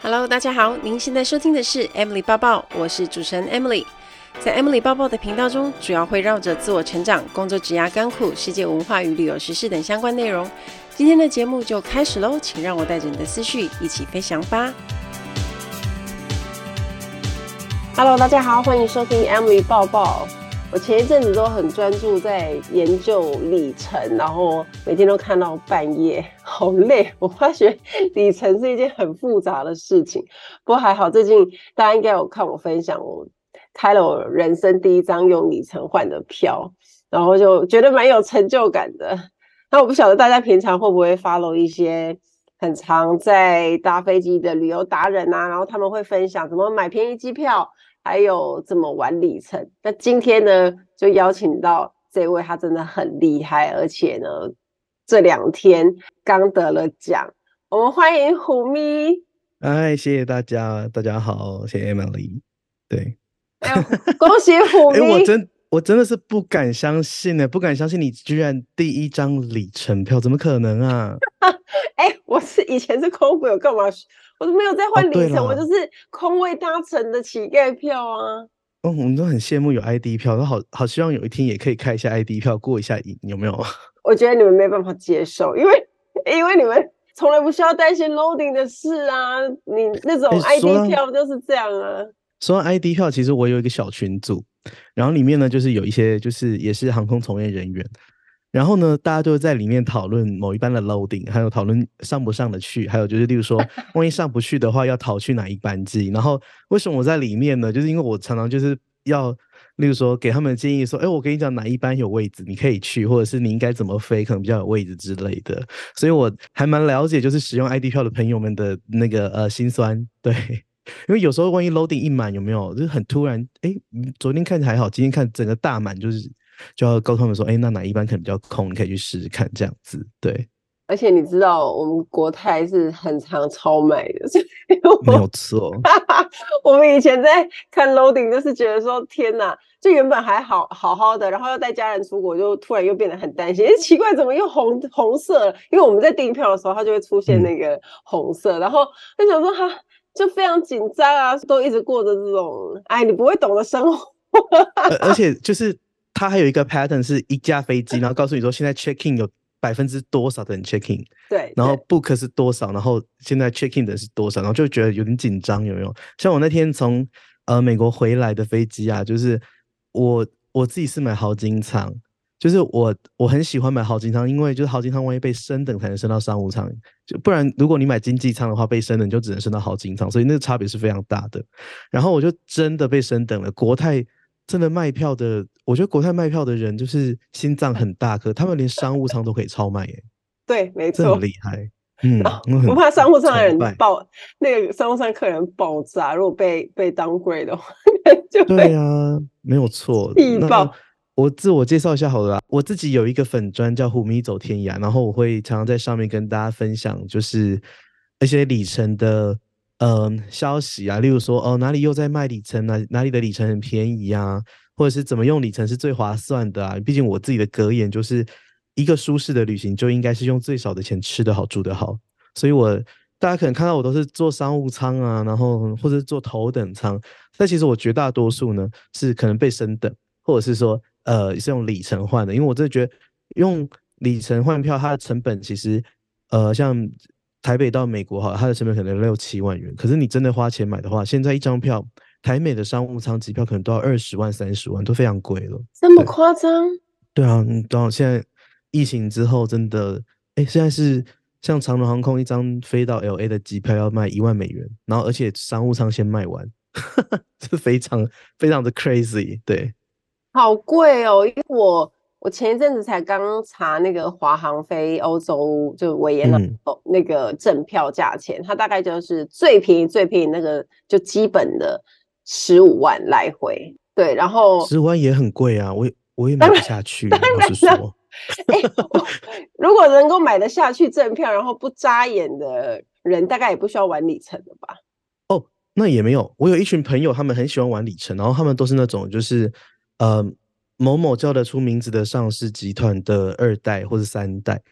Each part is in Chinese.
Hello， 大家好，您现在收听的是 Emily 抱抱，我是主持人 Emily。在 Emily 抱抱的频道中，主要会绕着自我成长、工作、职涯、甘苦、世界文化与旅游时事等相关内容。今天的节目就开始咯，请让我带着你的思绪一起飞翔吧。Hello， 大家好，欢迎收听 Emily 抱抱。我前一阵子都很专注在研究里程，然后每天都看到半夜，好累。我发觉里程是一件很复杂的事情，不过还好，最近大家应该有看我分享，我开了我人生第一张用里程换的票，然后就觉得蛮有成就感的。那我不晓得大家平常会不会 follow 一些很常在搭飞机的旅游达人啊，然后他们会分享怎么买便宜机票，还有怎么玩里程。那今天呢，就邀请到这位，他真的很厉害，而且呢，这2天刚得了奖。我们欢迎虎咪。 嗨，谢谢大家，大家好，谢谢 Emily。对， 恭喜虎咪！ 我真的是不敢相信呢，不敢相信你居然第一张里程票，怎么可能啊？ 我以前是空服，有干嘛？我都没有在换里程，我对啦， 就是空位搭乘的乞丐票啊。 我们都很羡慕有 ID 票，都好希望有一天也可以开一下 ID 票，过一下瘾，有没有？ 我觉得你们没办法接受，因为你们从来不需要担心 loading 的事啊，你那种 ID 票就是这样啊。 说到 ID 票，其实我有一个小群组，然后里面呢就是有一些就是也是航空从业人员，然后呢大家就在里面讨论某一班的 loading， 还有讨论上不上得去，还有就是例如说万一上不去的话要逃去哪一班机。然后为什么我在里面呢？就是因为我常常就是要例如说给他们建议说，我跟你讲哪一班有位置你可以去，或者是你应该怎么飞可能比较有位置之类的，所以我还蛮了解就是使用 ID 票的朋友们的那个辛酸。对，因为有时候万一 loading 一满，有没有就是很突然，昨天看还好，今天看整个大满，就要告诉他们说，那哪一班可能比较空，你可以去试试看这样子。对， 而且你知道我们国泰是很常超卖的，所以没有错。 我们以前在看 loading 就是觉得说天哪，就原本还好好的，然后要带家人出国，就突然又变得很担心，奇怪怎么又红色了？因为我们在订票的时候它就会出现那个红色，然后就想说就非常紧张啊，都一直过着这种你不会懂的生活。 而且就是它还有一个 pattern 是一架飞机，然后告诉你说现在 check in 有多少的人 check in， 对， 然后 book 是多少，然后现在 check in 的是多少，然后就觉得有点紧张，有没有？像我那天从美国回来的飞机啊，就是我自己是买豪金舱，就是我很喜欢买豪金舱，因为就是豪金舱万一被升等才能升到商务舱，就不然如果你买经济舱的话，被升等就只能升到豪金舱，所以那个差别是非常大的。然后我就真的被升等了，国泰真的卖票的，我觉得国泰卖票的人就是心脏很大颗，他们连商务舱都可以超卖耶， 对，没这很错。 厉害。 然后我很不怕商务舱的人崇拜。 那个商务舱客人爆炸，如果被downgrade 的话，就会对啊，没有错。那气爆。 我自我介绍一下好了啦，我自己有一个粉专叫虎咪走天涯，然后我会常常在上面跟大家分享，就是一些里程的消息啊，例如说哪里又在卖里程啊，哪里的里程很便宜啊，或者是怎么用里程是最划算的啊。毕竟我自己的格言就是一个舒适的旅行就应该是用最少的钱吃得好住得好，所以大家可能看到我都是坐商务舱啊，然后或者是坐头等舱，但其实我绝大多数呢是可能被升等，或者是说是用里程换的，因为我真的觉得用里程换票，它的成本其实像台北到美国哈，它的成本可能6-7万元，可是你真的花钱买的话，现在一张票台美的商务舱机票可能都要20万30万，都非常贵了。 这么对夸张？ 对啊，到现在疫情之后真的，现在是像长荣航空一张飞到 LA 的机票要卖1万美元，然后而且商务舱先卖完，这非常非常的 crazy。对， 好贵哦！因为我前一阵子才刚查那个华航飞欧洲就维也纳那个正票价钱，它大概就是最便宜那个就基本的15万来回。对，然后 10万也很贵啊，我也买不下去，老实说。 如果能够买得下去正票，然后不扎眼的人，大概也不需要玩里程了吧？ 那也没有，我有一群朋友，他们很喜欢玩里程，然后他们都是那种就是呃某某叫得出名字的上市集团的2代或者3代，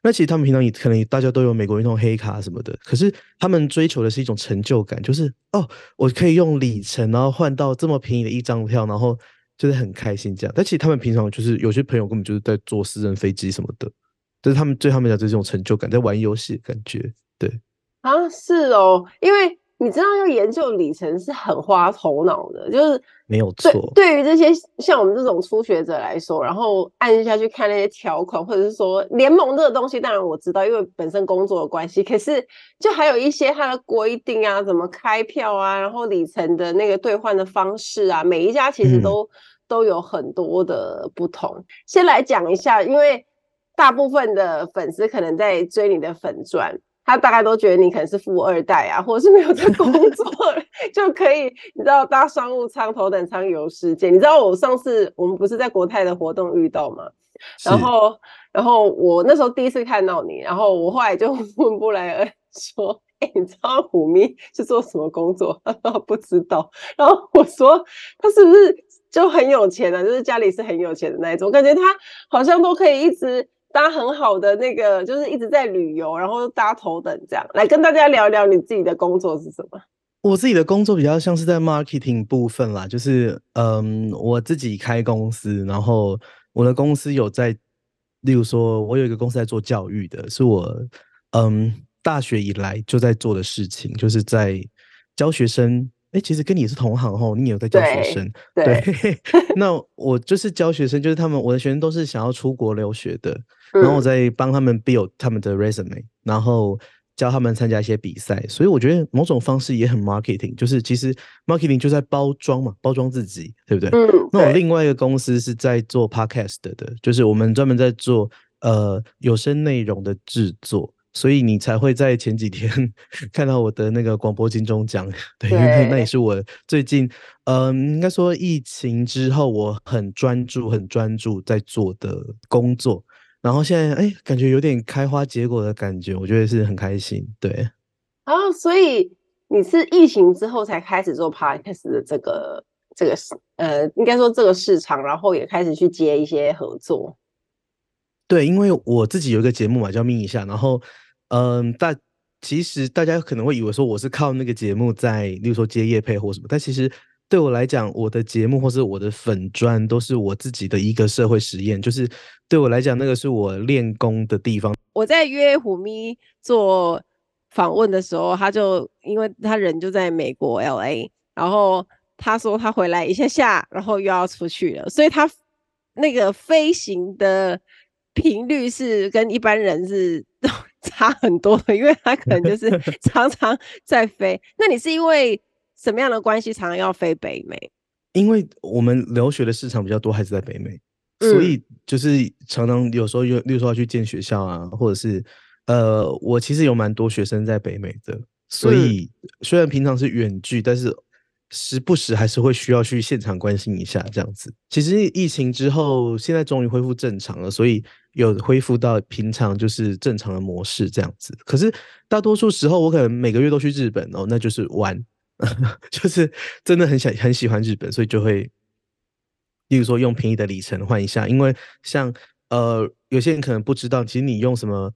那其实他们平常也可能大家都有美国运通黑卡什么的，可是他们追求的是一种成就感，就是哦，我可以用里程，然后换到这么便宜的一张票，然后就是很开心这样。但其实他们平常就是有些朋友根本就是在坐私人飞机什么的，就是他们对他们讲这种成就感，在玩游戏的感觉。对， 啊，是哦，因为你知道要研究里程是很花头脑的，就是没有对错。 对于这些像我们这种初学者来说，然后按下去看那些条款，或者是说联盟这个东西，当然我知道，因为本身工作的关系，可是就还有一些它的规定啊，怎么开票啊，然后里程的那个兑换的方式啊，每一家其实嗯， 都有很多的不同。先来讲一下，因为大部分的粉丝可能在追你的粉专。他大概都觉得你可能是富二代啊，或者是没有在工作就可以，你知道搭商务舱、头等舱游世界。你知道我上次我们不是在国泰的活动遇到吗？然是。 后，然后我那时候第一次看到你，然后我后来就问布莱恩说：“哎、你知道虎咪是做什么工作？”他说不知道。然后我说：“他是不是就很有钱啊？就是家里是很有钱的那一种？我感觉他好像都可以一直。”搭很好的那个，就是一直在旅游，然后搭头等这样，来跟大家聊聊你自己的工作是什么？ 我自己的工作比较像是在 marketing 部分啦，就是我自己开公司，然后我的公司有在，例如说，我有一个公司在做教育的，是我大学以来就在做的事情，就是在教学生。哎，其实跟你也是同行哦，你也有在教学对生。对， 对， 那我就是教学生，就是我的学生都是想要出国留学的，然后我嗯， 再帮他们 build 他们的 resume，然后教他们参加一些比赛，所以我觉得某种方式也很 marketing，就是其实 marketing 就在包装嘛，包装自己，对不对？ 嗯， 那我对， 另外一个公司是在做 podcast 的，就是我们专门在做有声内容的制作。所以你才会在前几天看到我的那个广播金钟奖。对，因为那也对。 是我最近，应该说疫情之后我很专注在做的工作。然后现在哎，感觉有点开花结果的感觉，我觉得是很开心。对。 然后，所以你是疫情之后才开始做 podcast 的这个应该说这个市场，然后也开始去接一些合作。 对，因为我自己有一个节目嘛，叫咪一下，然后，嗯，其实大家可能会以为说我是靠那个节目在，例如说接业配或什么，但其实对我来讲，我的节目或是我的粉砖都是我自己的一个社会实验，就是对我来讲，那个是我练功的地方。 我在约虎咪做访问的时候，他就因为他人就在美国 LA，然后他说他回来一下下，然后又要出去了，所以他那个飞行的频率是跟一般人是差很多的，因为他可能就是常常在飞。那你是因为什么样的关系常常要飞北美？ 因为我们留学的市场比较多，还是在北美，所嗯以就是常常有时候例如说要去建学校啊，或者是我其实有蛮多学生在北美的，所嗯， 以虽然平常是远距，但是时不时还是会需要去现场关心一下这样子。其实疫情之后，现在终于恢复正常了，所以有恢复到平常就是正常的模式这样子。可是大多数时候，我可能每个月都去日本哦，那就是玩。就是真的很喜欢日本，所以就会，例如说用便宜的里程换一下。因为像有些人可能不知道，其实你用什么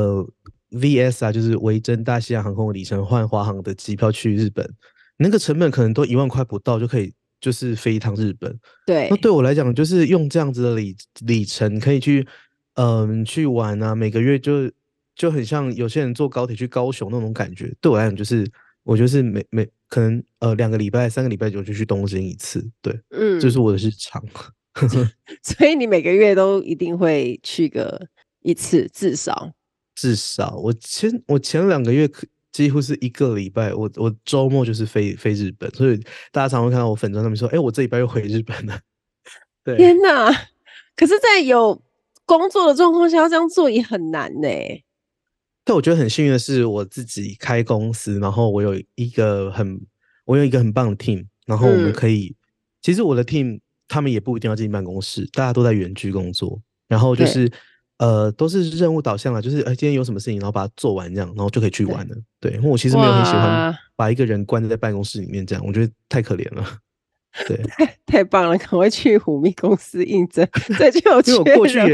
VS 啊，就是维珍大西洋航空的里程换华航的机票去日本，那个成本可能都1万块不到就可以，就是飞一趟日本。那对对， 我来讲，就是用这样子的里程可以去去玩啊，每个月就很像有些人坐高铁去高雄那种感觉。对我来讲，就是我就是每可能2个礼拜、3个礼拜就去东京一次。对，这是嗯。 我的日常。 所以你每个月都一定会去个一次，至少。 至少我前2个月几乎是1个礼拜，我周末就是飞日本，所以大家常会看到我粉专上面说，哎，我这礼拜又回日本了。对。 天哪！可是，在有工作的状况下要这样做也很难呢。 但我觉得很幸运的是，我自己开公司，然后我有一个很棒的 team，然后我们嗯， 可以，其实我的 team 他们也不一定要进办公室，大家都在远距工作，然后就对是都是任务导向啦，就是今天有什么事情，然后把它做完这样，然后就可以去对， 玩了。对，因为我其实没有很喜欢哇， 把一个人关在办公室里面这样，我觉得太可怜了。对。 太棒了！赶快去虎咪公司应征，最近有因为我缺人。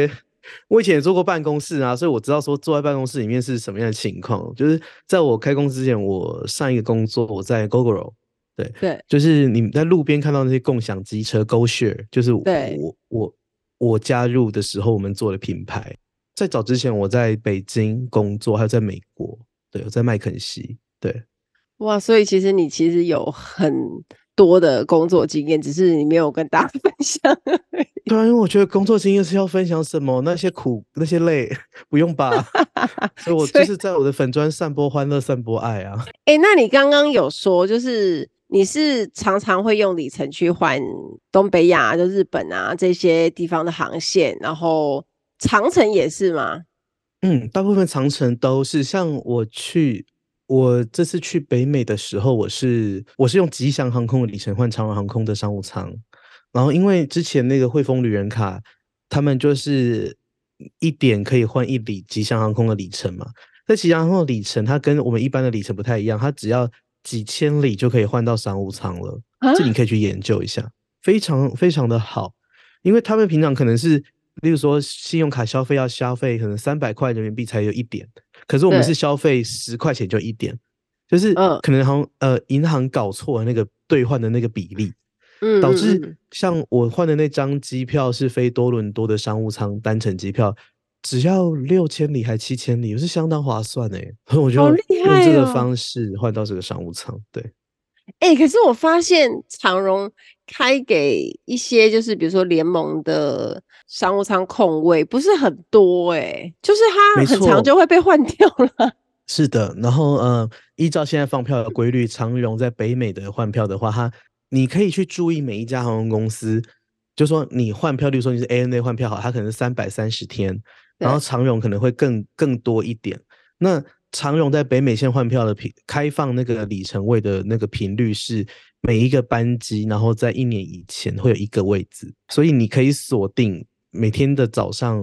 我以前也做过办公室啊，所以我知道说坐在办公室里面是什么样的情况。就是在我开公司之前，我上一个工作我在 Gogoro，对， 对就是你在路边看到那些共享机车 GoShare，就是对， 我加入的时候我们做的品牌。在早之前我在北京工作，还有在美国，对，我在麦肯锡，对。 哇，所以其实你其实有很多的工作经验，只是你没有跟大家分享而已。 对啊，因为我觉得工作经验是要分享什么，那些苦那些累不用吧，所以我所以， 就是在我的粉砖散播欢乐，散播爱啊。 那你刚刚有说，就是你是常常会用里程去换东北亚、就日本啊这些地方的航线，然后长程也是吗？ 大部分长程都是像我这次去北美的时候，我是用吉祥航空的里程换长荣航空的商务舱，然后因为之前那个汇丰旅人卡，他们就是一点可以换1里吉祥航空的里程嘛。在吉祥航空的里程，它跟我们一般的里程不太一样，它只要几千里就可以换到商务舱了。 啊， 这你可以去研究一下，非常非常的好。因为他们平常可能是，例如说信用卡消费要消费可能300块人民币才有一点，可是我们是对， 消费10块钱就一点，就是嗯可能银行搞错了那个兑换的那个比例，导致嗯嗯嗯， 像我换的那张机票是飞多伦多的商务舱单程机票，只要6000里还7000里，是相当划算诶。我就好厉用这个害哦！ 方式换到这个商务舱，对。 可是我发现长荣开给一些就是比如说联盟的商务舱空位不是很多就是它很长没错， 就会被换掉了。 是的，然后依照现在放票的规律，长荣在北美的换票的话，你可以去注意每一家航空公司，就说你换票，例如说你是 ANA 换票好，它可能是330天，然后对， 长荣可能会更多一点。那长荣在北美线换票的开放那个里程位的那个频率是每一个班机，然后在1年以前会有一个位置，所以你可以锁定每天的早上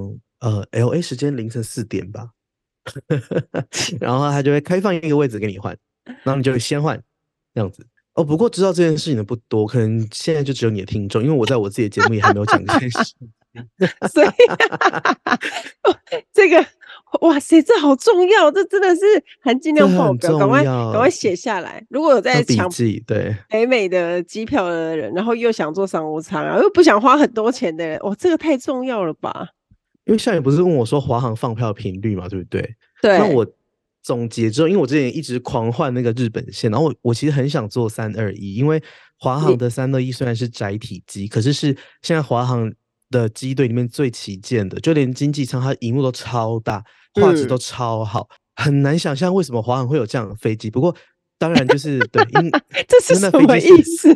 LA 时间凌晨4点吧。然后他就会开放一个位置给你换，然后你就先换这样子。哦，不过知道这件事情的不多，可能现在就只有你的听众，因为我在我自己的节目也还没有讲这件事情。 所以这个哇塞，这好重要，这真的是含金这量爆表，赶很重快赶快要， 写下来。如果有要在抢笔记。对， 北美的机票的人，然后又想做商务舱啊，又不想花很多钱的人，哇，这个太重要了吧？ 因为夏雨不是问我说华航放票的频率嘛，对不对？那对， 我总结之后，因为我之前一直狂换那个日本线，然后我其实很想做321，因为华航你的321虽然是窄体机，可是现在华航的机队里面最旗舰的，就连经济舱它荧幕都超大，画质都嗯， 超好，很难想象为什么华航会有这样的飞机。不过当然就是对， 这是因为那什么飞机是意思？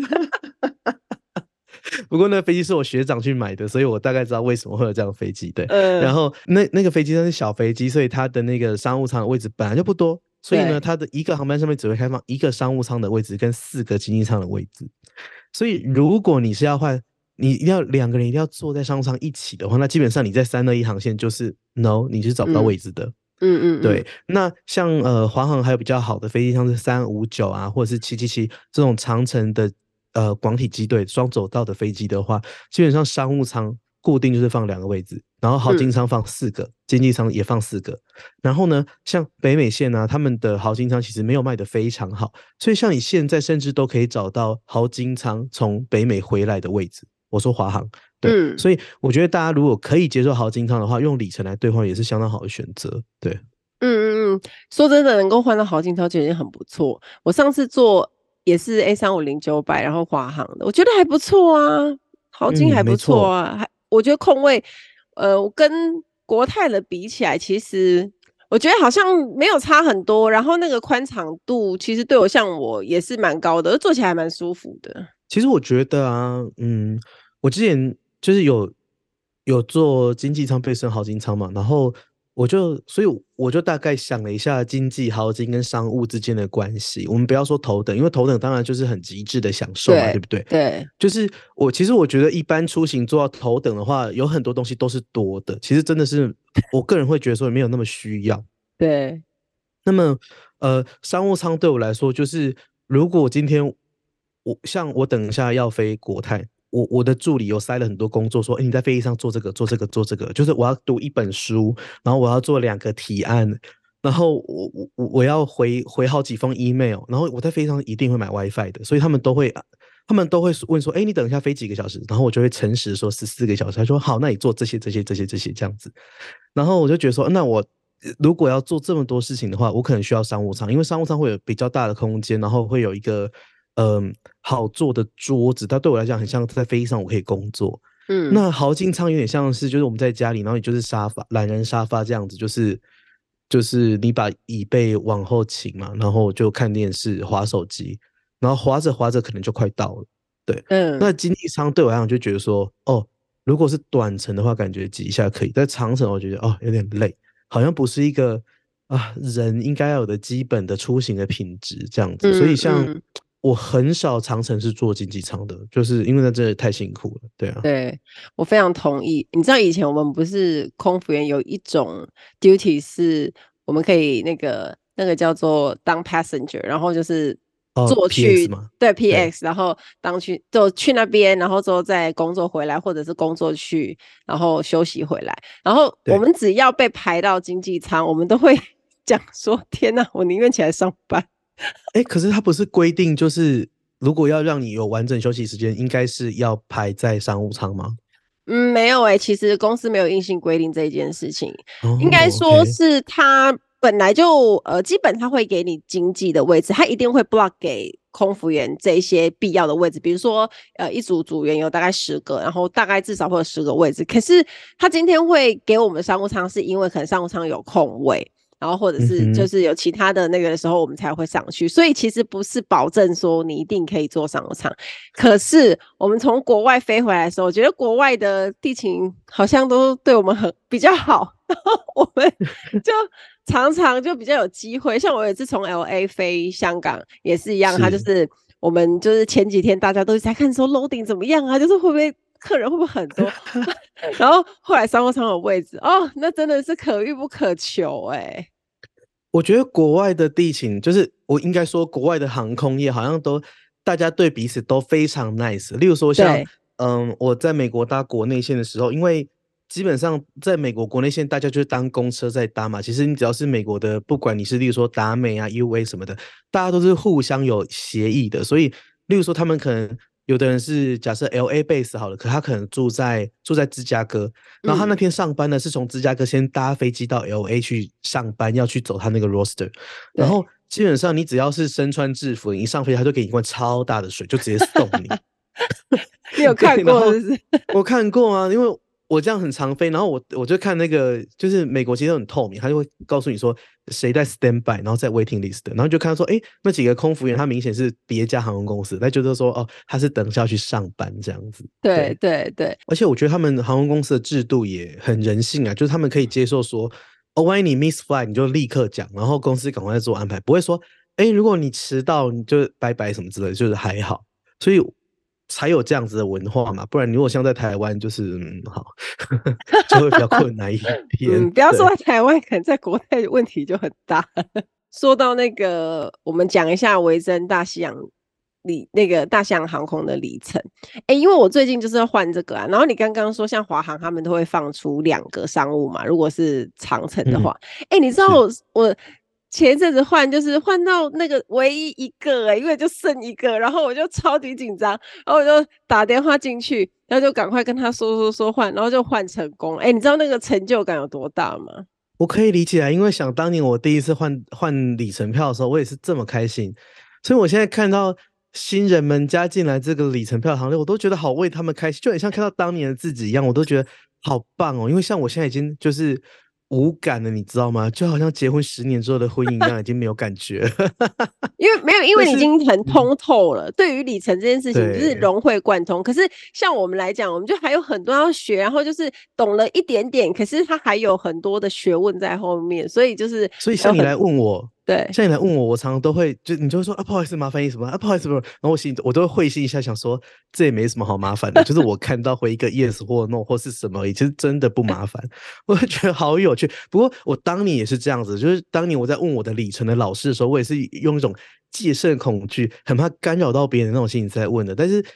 不过那飞机是我学长去买的，所以我大概知道为什么会有这样的飞机。对，然嗯， 后那个飞机它是小飞机，所以它的那个商务舱的位置本来就不多，所以呢， 对， 它的一个航班上面只会开放一个商务舱的位置跟4个经济舱的位置。所以如果你是要换，你一定要2个人一定要坐在商务舱一起的话，那基本上你在321航线就是 no，你是找不到嗯位置的。对， 嗯嗯嗯， 那像华航还有比较好的飞机，像是359啊，或者是777这种长程的广体机队双走道的飞机的话，基本上商务舱固定就是放2个位置，然后豪金嗯， 舱放4个，经济舱也放4个。然后呢，像北美线啊，他们的豪金舱其实没有卖的非常好，所以像你现在甚至都可以找到豪金舱从北美回来的位置。我说华航，对， 嗯， 所以我觉得大家如果可以接受豪金舱的话，用里程来兑换也是相当好的选择。对， 嗯嗯嗯，说真的，能够换到豪金超就已经很不错。我上次坐也是 A350-900，然后华航的，我觉得还不错啊，豪金嗯， 还不没错， 错啊，我觉得空位，我跟国泰的比起来，其实我觉得好像没有差很多。然后那个宽敞度，其实对我像我也是蛮高的，坐起来还蛮舒服的。 其实我觉得啊，我之前就是有做经济舱配升豪金舱嘛，然后所以我就大概想了一下经济豪金跟商务之间的关系。我们不要说头等，因为头等当然就是很极致的享受嘛，对对不对？ 对， 就是其实我觉得一般出行做到头等的话，有很多东西都是多的，其实真的是我个人会觉得说没有那么需要。 对， 那么，商务舱对我来说，就是如果今天像我等一下要飞国泰， 我的助理有塞了很多工作，说，你在飞机上做这个做这个做这个，就是我要读一本书，然后我要做2个提案，然后我要回好几封 email，然后我在飞机上一定会买 WiFi 的，所以他们都会问说，你等一下飞几个小时？然后我就会诚实说14个小时。他说好，那你做这些这样子。然后我就觉得说，那我如果要做这么多事情的话，我可能需要商务舱，因为商务舱会有比较大的空间，然后会有一个好坐的桌子，它对我来讲很像在飞机上我可以工作。那豪金舱有点像是就是我们在家里，然后你就是沙发懒人沙发这样子，就是你把椅背往后倾嘛，然后就看电视、滑手机，然后滑着滑着可能就快到了。对，那经济舱对我来讲就觉得说，如果是短程的话，感觉挤一下可以，但长程我觉得有点累，好像不是一个人应该要有的基本的出行的品质这样子。所以像我很少长程是坐经济舱的，就是因为那真的太辛苦了。对啊， 对，我非常同意。你知道以前我们不是空服员有一种 duty 是我们可以那个叫做当 passenger，然后就是坐去 PX 嘛， 对对 PX，然后就去那边，然后之后再工作回来，或者是工作去，然后休息回来。然后我对。 们只要被排到经济舱，我们都会讲说：天哪，我宁愿起来上班。 可是它不是规定，就是如果要让你有完整休息时间，应该是要排在商务舱吗？ 没有其实公司没有硬性规定这一件事情，应该哦说 ，OK， 是他本来就基本他会给你经济的位置，他一定会 block 给空服员这一些必要的位置，比如说一组组员有大概10个，然后大概至少会有10个位置，可是他今天会给我们商务舱，是因为可能商务舱有空位。然后或者是就是有其他的那个的时候，我们才会上去。所以其实不是保证说你一定可以坐商务舱。可是我们从国外飞回来的时候，我觉得国外的地勤好像都对我们比较好，然后我们就常常就比较有机会。像我有一次从 LA 飞香港也是一样，他就是我们就是前几天大家都在看说 loading 怎么样啊，就是会不会客人会不会很多？然后后来商务舱有位置那真的是可遇不可求我觉得国外的地勤，就是我应该说国外的航空业，好像都大家对彼此都非常 nice。例如说像我在美国搭国内线的时候，因为基本上在美国国内线大家就是当公车在搭嘛，其实你只要是美国的，不管你是例如说达美啊、UA 什么的，大家都是互相有协议的，所以例如说他们可能有的人是假设 LA base 好了，可他可能住在芝加哥，然后他那天上班呢是从芝加哥先搭飞机到 LA 去上班，要去走他那个 roster， 然后基本上你只要是身穿制服，你一上飞机他就给你一罐超大的水，就直接送你。 你有看过是不是？ 我看过啊，因为我这样很常飞，然后我就看那个，就是美国其实很透明，他就会告诉你说谁在 standby，然后在 waiting list，然后就看到说，那几个空服员他明显是别家航空公司，那就是说他是等下去上班这样子。 对对对， 而且我觉得他们航空公司的制度也很人性啊，就是他们可以接受说，万一你 miss flight 你就立刻讲，然后公司赶快做安排，不会说，如果你迟到你就拜拜什么之类的，就是还好。所以才有这样子的文化嘛，不然如果像在台湾，就是好就会比较困难一点。 不要说在台湾，可能在国内问题就很大。说到那个，我们讲一下维珍大西洋那个大西洋航空的里程。因为我最近就是要换这个啊，然后你刚刚说像华航他们都会放出2个商务嘛，如果是长程的话，你知道我前一阵子就是换到那个唯一一个因为就剩一个，然后我就超级紧张，然后我就打电话进去，然后就赶快跟他说换，然后就换成功。你知道那个成就感有多大吗？ 我可以理解啊，因为想当年我第一次换里程票的时候，我也是这么开心，所以我现在看到新人们加进来这个里程票行列，我都觉得好为他们开心，就很像看到当年的自己一样，我都觉得好棒哦。因为像我现在已经就是无感了，你知道吗？就好像结婚10年之后的婚姻一样，已经没有感觉了。 因为你已经很通透了，对于里程这件事情就是对融会贯通。可是像我们来讲，我们就还有很多要学，然后就是懂了一点点，可是它还有很多的学问在后面，所以像你来问我， 对， 像你来问我，我常常都会你就会说不好意思，麻烦你什么不好意思，然后我都会会心一下，想说这也没什么好麻烦的，就是我看到回一个 yes 或 no 或是什么，其实真的不麻烦，我会觉得好有趣。不过我当年也是这样子，就是当年我在问我的里程的老师的时候，我也是用一种戒慎恐惧，很怕干扰到别人的那种心情在问的，但是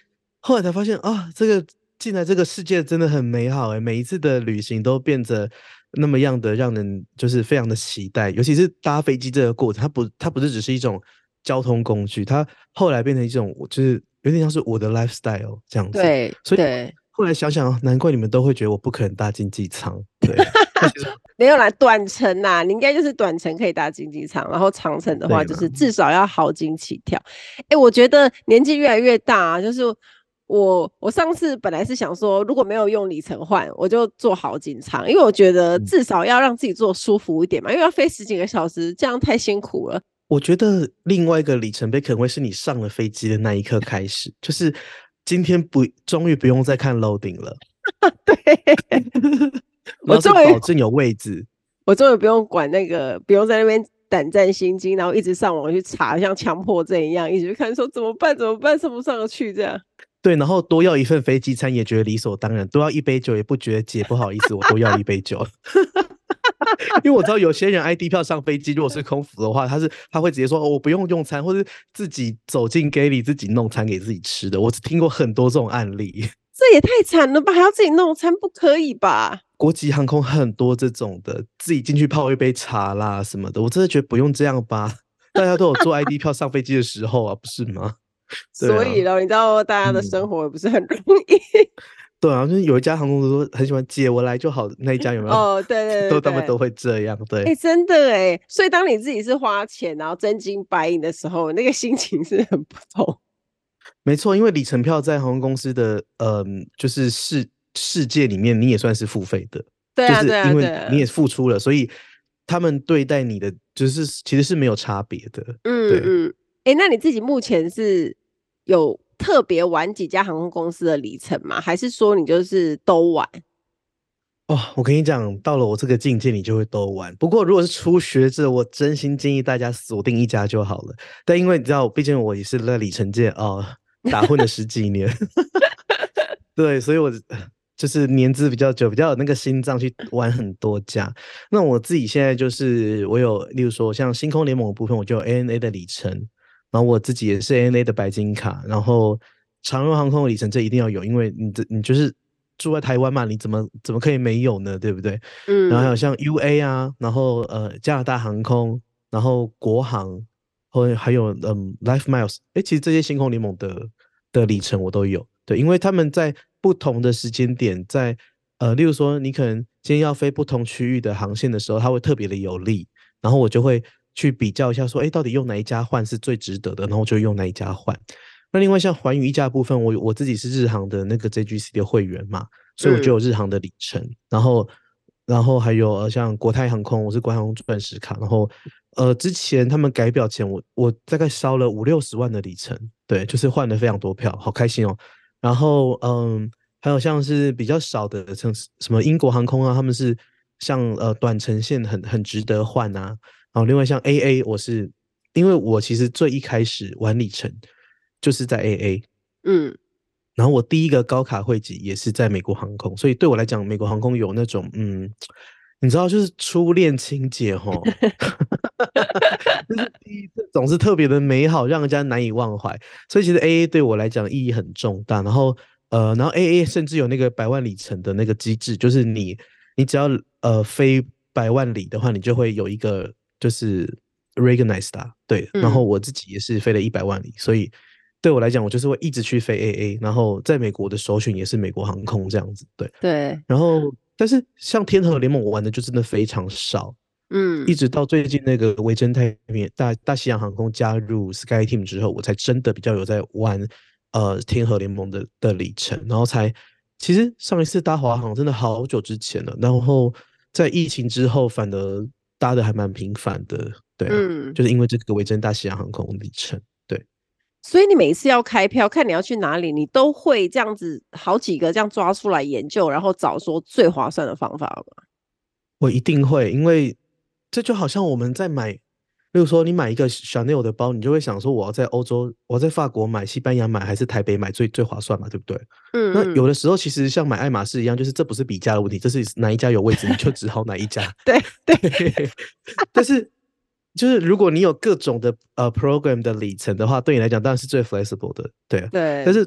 后来才发现啊，这个进来这个世界真的很美好每一次的旅行都变得那么样的让人就是非常的期待，尤其是搭飞机这个过程，它不是只是一种交通工具，它后来变成一种就是有点像是我的 lifestyle 这样子， 对所以对， 后来想想，难怪你们都会觉得我不可能搭经济舱，对，那其实没有啦，短程呐，你应该就是短程可以搭经济舱，然后长程的话对啦， 就是至少要豪金起跳。哎，我觉得年纪越来越大啊，就是我上次本来是想说，如果没有用里程换，我就坐豪金舱，因为我觉得嗯。 至少要让自己坐舒服一点嘛，因为要飞十几个小时，这样太辛苦了。 我觉得另外一个里程碑可能会是你上了飞机的那一刻开始，就是今天终于不用再看 loading 了， 对， 然后是我终于保证有位置。 我终于不用管那个，不用在那边胆战心惊，然后一直上网去查，像强迫症一样，一直去看说怎么办，怎么办，上不上得去这样。 对，然后多要一份飞机餐也觉得理所当然，多要一杯酒也不觉得姐不好意思，我多要一杯酒。因为我知道有些人 ID 票上飞机，如果是空服的话，他会直接说、哦、我不用用餐，或者自己走进 galley 自己弄餐给自己吃的。我听过很多这种案例， 这也太惨了吧，还要自己弄餐，不可以吧？ 国际航空很多这种的，自己进去泡一杯茶啦什么的，我真的觉得不用这样吧。大家都有做 ID 票上飞机的时候啊，不是吗？对啊， 所以了，你知道大家的生嗯， 活也不是很容易。 对啊，就是有一家航空公司说很喜欢姐我来就好，那一家有没有？ 哦，对对对对， 他们都会这样，对。 哎，真的哎，所以当你自己是花钱然后真金白银的时候，那个心情是很不同。 没错，因为里程票在航空公司的就是世界里面，你也算是付费的， 对啊，对啊， 就是因为对啊， 你也付出了，所以他们对待你的就是其实是没有差别的。对。 嗯嗯，哎，那你自己目前是有特别玩几家航空公司的里程吗？还是说你就是都玩？ 哦，我跟你讲，到了我这个境界，你就会都玩。不过如果是初学者，我真心建议大家锁定一家就好了。但因为你知道，毕竟我也是在里程界打混了十几年，对，所以我就是年资比较久，比较有那个心脏去玩很多家。那我自己现在就是我有，例如说像星空联盟的部分，我就有 ANA 的里程，然后我自己也是 ANA 的白金卡，然后长荣航空的里程这一定要有，因为你就是住在台湾嘛，你怎么可以没有呢？对不对？然后还有嗯， 像 UA 啊，然后加拿大航空，然后国航，或还有Life Miles，其实这些星空联盟的里程我都有。对，因为他们在不同的时间点，例如说你可能今天要飞不同区域的航线的时候，它会特别的有利，然后我就会去比较一下说，到底用哪一家换是最值得的，然后我就用哪一家换。那另外像寰宇一家的部分，我自己是日航的那个 JGC 的会员嘛，所以我就嗯， 有日航的里程，然后还有像国泰航空，我是国泰航空钻石卡，然后之前他们改表前，我大概烧了50-60万的里程，对，就是换了非常多票，好开心哦。然后还有像是比较少的，像是什么英国航空啊，他们是像短程线很值得换啊。然后另外像 AA，因为我其实最一开始玩里程就是在 AA， 嗯， 然后我第一个高卡汇集也是在美国航空，所以对我来讲，美国航空有那种你知道，就是初恋情节吼，就是第一次总是特别的美好，让人家难以忘怀。所以其实 AA 对我来讲意义很重大。然后 AA 甚至有那个百万里程的那个机制，就是你只要飞百万里的话，你就会有一个就是 recognized 啊，对。然后嗯， 我自己也是飞了100万里，所以对我来讲，我就是会一直去飞 AA。然后在美国的首选也是美国航空这样子，对。 对， 然后，但是像天河联盟，我玩的就真的非常少，一嗯。 直到最近那个维珍太平洋大西洋航空加入 SkyTeam 之后，我才真的比较有在玩天河联盟的里程，然后其实上一次搭华航真的好久之前了，然后在疫情之后反而搭的还蛮频繁的，对啊， 嗯， 就是因为这个维珍大西洋航空里程，对。 所以你每次要开票，看你要去哪里，你都会这样子好几个这样抓出来研究，然后找说最划算的方法吗？ 我一定会，因为这就好像我们在买，例如说你买一个 Chanel 的包，你就会想说我要在欧洲，我要在法国买、西班牙买还是台北买最划算嘛，对不对？那嗯嗯， 有的时候其实像买爱马仕一样，就是这不是比价的问题，这是哪一家有位置你就只好哪一家。 对对， 对，但是就是如果你有各种的program 的里程的话，对你来讲当然是最 flexible 的，对啊。但对， 是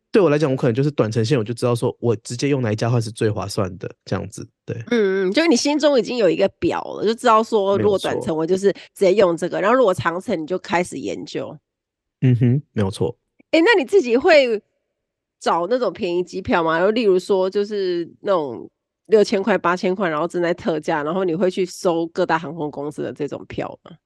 对我来讲，我可能就是短程线，我就知道说我直接用哪一家会是最划算的这样子。对， 就是你心中已经有一个表了，就知道说没如果短有错。 程我就是直接用这个，然后如果长程你就开始研究。 嗯哼，没有错。 哎，那你自己会找那种便宜机票吗？然后例如说就是那种6000块、8000块，然后正在特价，然后你会去搜各大航空公司的这种票吗？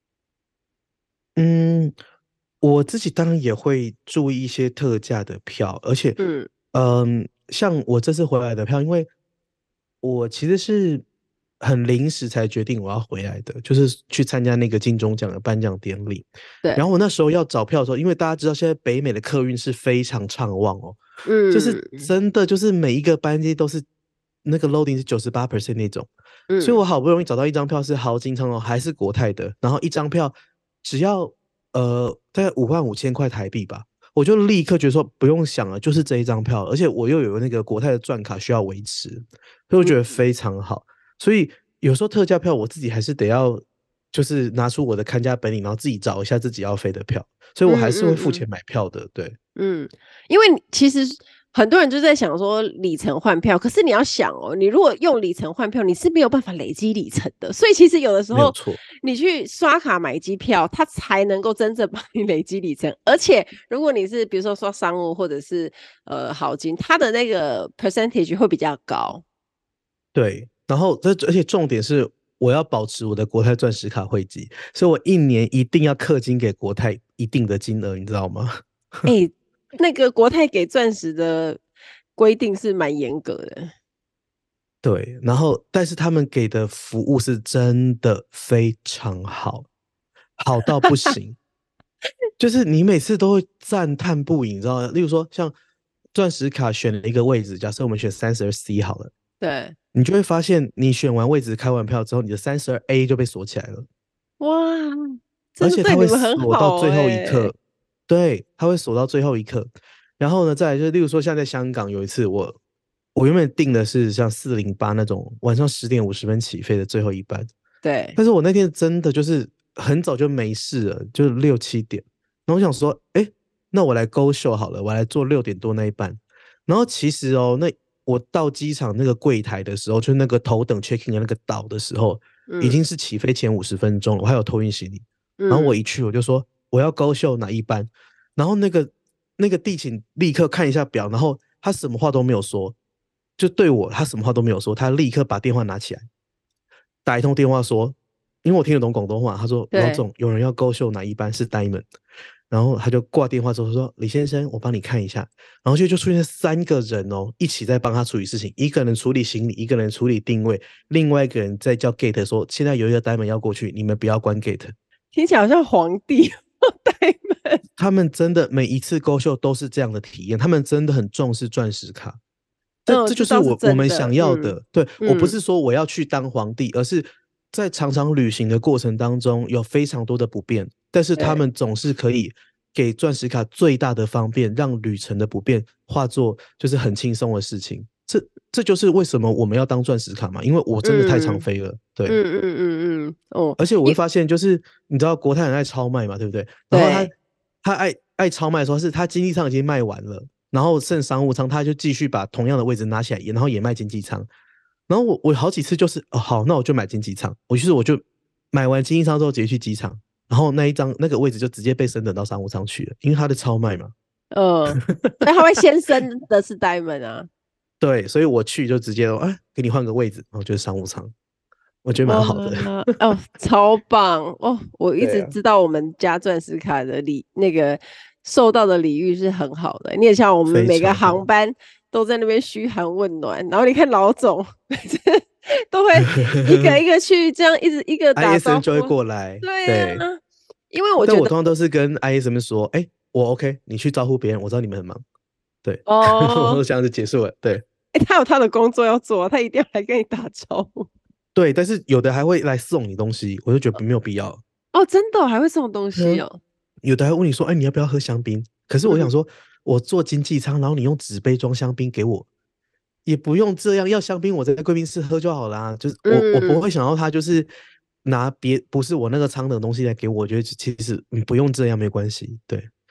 嗯，我自己当然也会注意一些特价的票，而且， 嗯， 像我这次回来的票，因为我其实是很临时才决定我要回来的，就是去参加那个金钟奖的颁奖典礼。然对， 后我那时候要找票的时候，因为大家知道现在北美的客运是非常畅旺哦，就是嗯真的就是每一个班机都是那个 loading 是98%那种，所以嗯， 我好不容易找到一张票是豪金畅哦，还是国泰的，然后一张票只要大概55000块台币吧，我就立刻觉得说不用想了，就是这一张票，而且我又有那个国泰的钻卡需要维持，所以我觉得非常好。所以有时候特价票我自己还是得要，就是拿出我的看家本领，然后自己找一下自己要飞的票，所以我还是会付钱买票的。对， 嗯，因为其实很多人就在想说里程换票，可是你要想哦，你如果用里程换票，你是没有办法累积里程的。所以其实有的时候没有错。 你去刷卡买机票，它才能够真正帮你累积里程。而且如果你是比如说刷商务或者是豪金，它的那个 percentage 会比较高。 对，然后而且重点是我要保持我的国泰钻石卡会籍，所以我一年一定要氪金给国泰一定的金额，你知道吗？ 哎，那个国泰给钻石的规定是蛮严格的。 对，然后但是他们给的服务是真的非常好，好到不行，就是你每次都会赞叹不已，你知道吗？例如说像钻石卡选了一个位置，假设我们选32C 好了， 对， 你就会发现你选完位置开完票之后，你的32A 就被锁起来了。 哇，真的而且它会对你们很好锁到最后一哎。 刻，对，它会锁到最后一刻。然后呢，再来就是，例如说像在香港有一次我原本订的是像408那种晚上10点50分起飞的最后一班， 对， 但是我那天真的就是很早就没事了，就是6、7点，然后我想说，哎，那我来勾秀好了，我来坐6点多那一班。然后其实哦，我到机场那个柜台的时候，就是那个头等 check in 的那个岛的时候，已嗯经是起飞前50分钟了，我还有托运行李。然后我嗯， 一去我就说我要高秀哪一班，然后那个地勤立刻看一下表，然后他什么话都没有说，就对我他什么话都没有说，他立刻把电话拿起来打一通电话说，因为我听得懂广东话，他说老对， 总有人要高秀哪一班是 Diamond，然后他就挂电话之后说李先生我帮你看一下，然后就出现3个人哦一起在帮他处理事情，一个人处理行李，一个人处理定位，另外一个人在叫 gate 说现在有一个 Diamond 要过去，你们不要关 gate。 听起来好像皇帝呆萌。 他们真的每一次勾秀都是这样的体验，他们真的很重视钻石卡，这嗯， 这就是这倒是我们想真的。 要的。对，我不嗯， 是说我要去当皇帝，而是在长长旅行的过程当中有非常多的不便，但是他对， 们总是可以给钻石卡最大的方便，让旅程的不便化作就是很轻松的事情。这就是为什么我们要当钻石卡嘛，因为我真的太常嗯飞了，对。 哦， 而且我会发现，就是你知道国泰很爱超卖嘛，对不对？然后他对， 他爱超卖的时候，是他经济舱已经卖完了，然后剩商务舱，他就继续把同样的位置拿起来，然后也卖经济舱。然后我好几次就是哦好，那我就买经济舱，我就买完经济舱之后直接去机场，然后那个位置就直接被升等到商务舱去了，因为他的超卖嘛。 所以他会先生的是呆萌啊。 对，所以我去就直接哎给你换个位置，然后就是商务舱，我觉得哇， 蛮好的。 哦，超棒哦！我一直对啊， 知道我们家钻石卡的那个受到的礼遇是很好的。你也像我们非每个常好。 航班都在那边嘘寒问暖，然后你看老总都会一个一个去这样一直一个打招 ISN 就会呼。 过来， 对呀、 对。 因为我觉得但我通常都是跟 ISM 说，哎，我 OK，你去招呼别人，我知道你们很忙，对，我哦， 都这样子结束了，对他有他的工作要做，他一定要来跟你打招呼。 对，但是有的还会来送你东西，我就觉得没有必要。 哦，真的哦还会送东对啊， 西哦。 有的还问你说，哎，你要不要喝香槟？可是我想嗯说，我坐经济舱，然后你用纸杯装香槟给我，也不用这样，要香槟我在贵宾室喝就好啦。就是我不会嗯， 想到他就是拿不是我那个舱的东西来给我，我觉得其实不用这样没关系，对。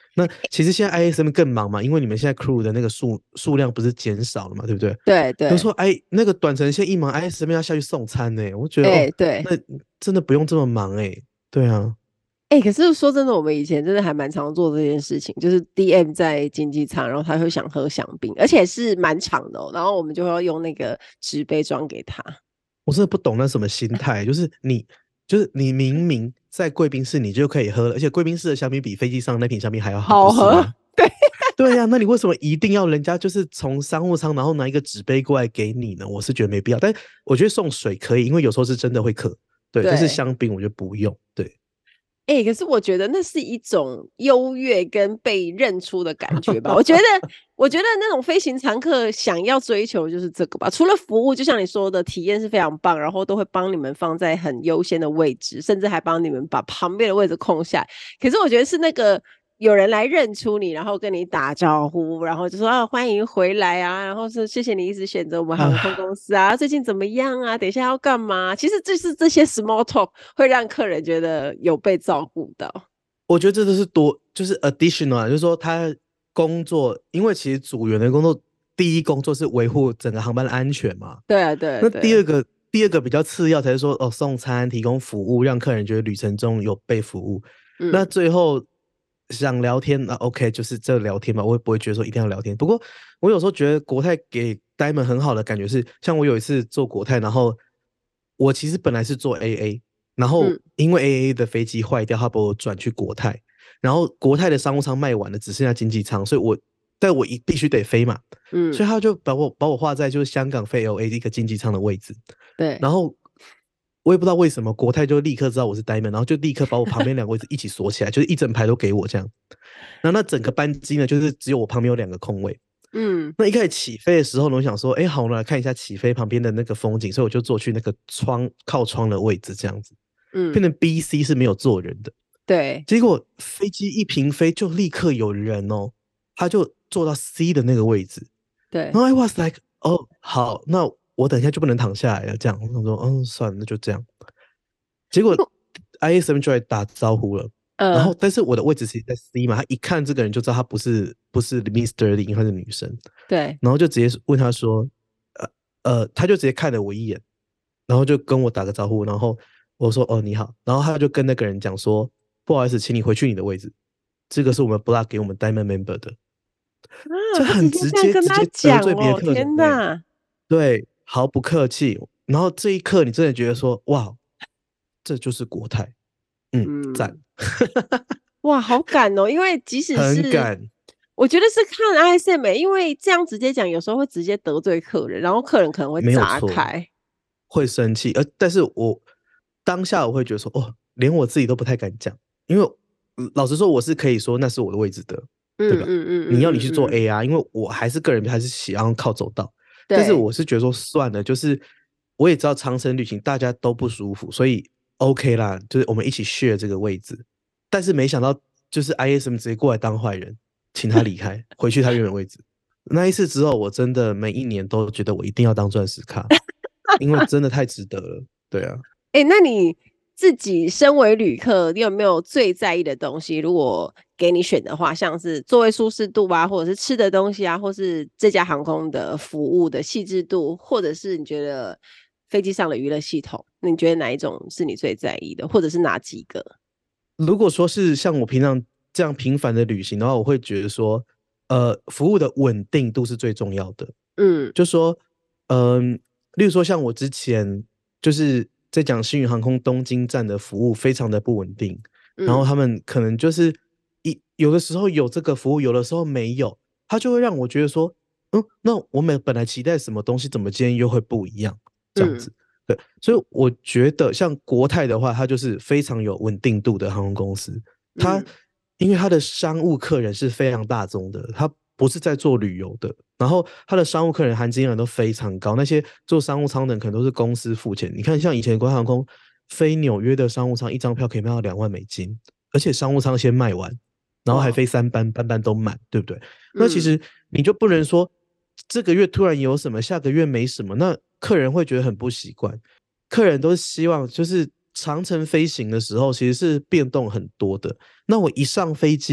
那其实现在 ISM 更忙嘛，因为你们现在 crew 的那个数量不是减少了嘛，对不对？ 对对， 有时候那个短程线一忙，ISM 要下去送餐呢，我觉得哦， 对。 那真的不用这么忙哎。对啊， 可是说真的，我们以前真的还蛮常做这件事情，就是 DM 在经济舱，然后他会想喝香槟，而且是蛮长的然后我们就会用那个纸杯装给他。 我真的不懂那什么心态，就是你明明在贵宾室你就可以喝了，而且贵宾室的香槟比飞机上那瓶香槟还要好，不好喝， 是吗？对呀，那你为什么一定要人家就是从商务舱然后拿一个纸杯过来给你呢？我是觉得没必要，但我觉得送水可以，因为有时候是真的会渴。对，但是对。 香槟我觉得不用。对， 可是我觉得那是一种优越跟被认出的感觉吧。我觉得那种飞行常客想要追求就是这个吧。除了服务，就像你说的，体验是非常棒，然后都会帮你们放在很优先的位置，甚至还帮你们把旁边的位置空下来。可是我觉得是那个有人来认出你，然后跟你打招呼，然后就说欢迎回来啊，然后是谢谢你一直选择我们航空公司啊，最近怎么样啊？等一下要干嘛？其实就是这些 small talk 会让客人觉得有被照顾到。 我觉得这都是就是 additional 啊，就是说他工作，因为其实组员的工作，第一工作是维护整个航班的安全嘛。 对啊，对啊， 那对啊。 第二个比较次要才是说哦，送餐提供服务，让客人觉得旅程中有被服务。那嗯最后想聊天那 OK，就是这聊天嘛，我也不会觉得说一定要聊天。不过我有时候觉得国泰给 Diamond 很好的感觉是，像我有一次坐国泰，然后我其实本来是坐 AA，然后嗯因为 AA 的飞机坏掉，他把我转去国泰，然后国泰的商务舱卖完了，只剩下经济舱，所以但我必须得飞嘛，所嗯， 以他就把我画在就是香港飞 LA 一个经济舱的位置， 对。 然后我也不知道为什么国泰就立刻知道我是 Diamond，然后就立刻把我旁边两个位置一起锁起来，就是一整排都给我这样。那整个班机呢，就是只有我旁边有两个空位。 嗯那一开始起飞的时候呢，我想说，哎，好，我来看一下起飞旁边的那个风景，所以我就坐去那个靠窗的位置，这样子，变嗯， 成 B、C 是没有坐人的。 对结果飞机一平飞，就立刻有人哦，他就坐到 C 的那个位置。然对。 后 I was like，哦，好，那我等一下就不能躺下来了。这样，我想说，算了，那就这样。结果 ISM 就来打招呼了，然后嗯， 但是我的位置其实在 C 嘛，他一看这个人就知道他不是 Mr. 林，他是女生， 对。 然后就直接问他说，他就直接看了我一眼，然后就跟我打个招呼，然后我说哦你好，然后他就跟那个人讲说，不好意思，请你回去你的位置，这个是我们 block 给我们 Diamond Member 的，这他直很直接， 接这样跟他直接得讲罪别的客人天呢、 哪！ 对，毫不客气。然后这一刻，你真的觉得说，哇，这就是国泰，赞， 嗯，哇，好赶哦！因为即使是很敢， 我觉得是看 ISM，因为这样直接讲，有时候会直接得罪客人，然后客人可能会没有炸错， 开。 生气。但是我当下我会觉得说，哦，连我自己都不太敢讲，因为老实说，我是可以说那是我的位置的，对吧？ 嗯嗯嗯你要你去做嗯嗯嗯， A 啊，因为我还是个人还是喜欢靠走道，但是对。 我是觉得说算了，就是我也知道长程旅行大家都不舒服，所以 OK 啦，就是我们一起 share 这个位置。但是没想到就是 ISM 直接过来当坏人，请他离开，回去他原本位置。那一次之后，我真的每一年都觉得我一定要当钻石咖，因为真的太值得了。对啊， 那你自己身为旅客，你有没有最在意的东西？如果给你选的话，像是座位舒适度啊，或者是吃的东西啊，或是这家航空的服务的细致度，或者是你觉得飞机上的娱乐系统，你觉得哪一种是你最在意的，或者是哪几个？ 如果说是像我平常这样频繁的旅行的话，我会觉得说，服务的稳定度是最重要的。 嗯就说，例如说像我之前就是在讲星宇航空东京站的服务非常的不稳定，然后嗯他们可能就是有的时候有这个服务，有的时候没有，他就会让我觉得说，那我们本来期待什么东西，怎么今天又会不一样？这样嗯子。对，所以我觉得像国泰的话，它就是非常有稳定度的航空公司。它嗯因为它的商务客人是非常大众的，它不是在做旅游的，然后它的商务客人含金量都非常高。那些做商务舱的人可能都是公司付钱。你看，像以前国泰航空飞纽约的商务舱，一张票可以卖到2万美金，而且商务舱先卖完，然后还哇飞3班，班班都满，对不对？那其嗯实你就不能说这个月突然有什么，下个月没什么，那客人会觉得很不习惯。客人都希望就是长程飞行的时候，其实是变动很多的。那我一上飞机，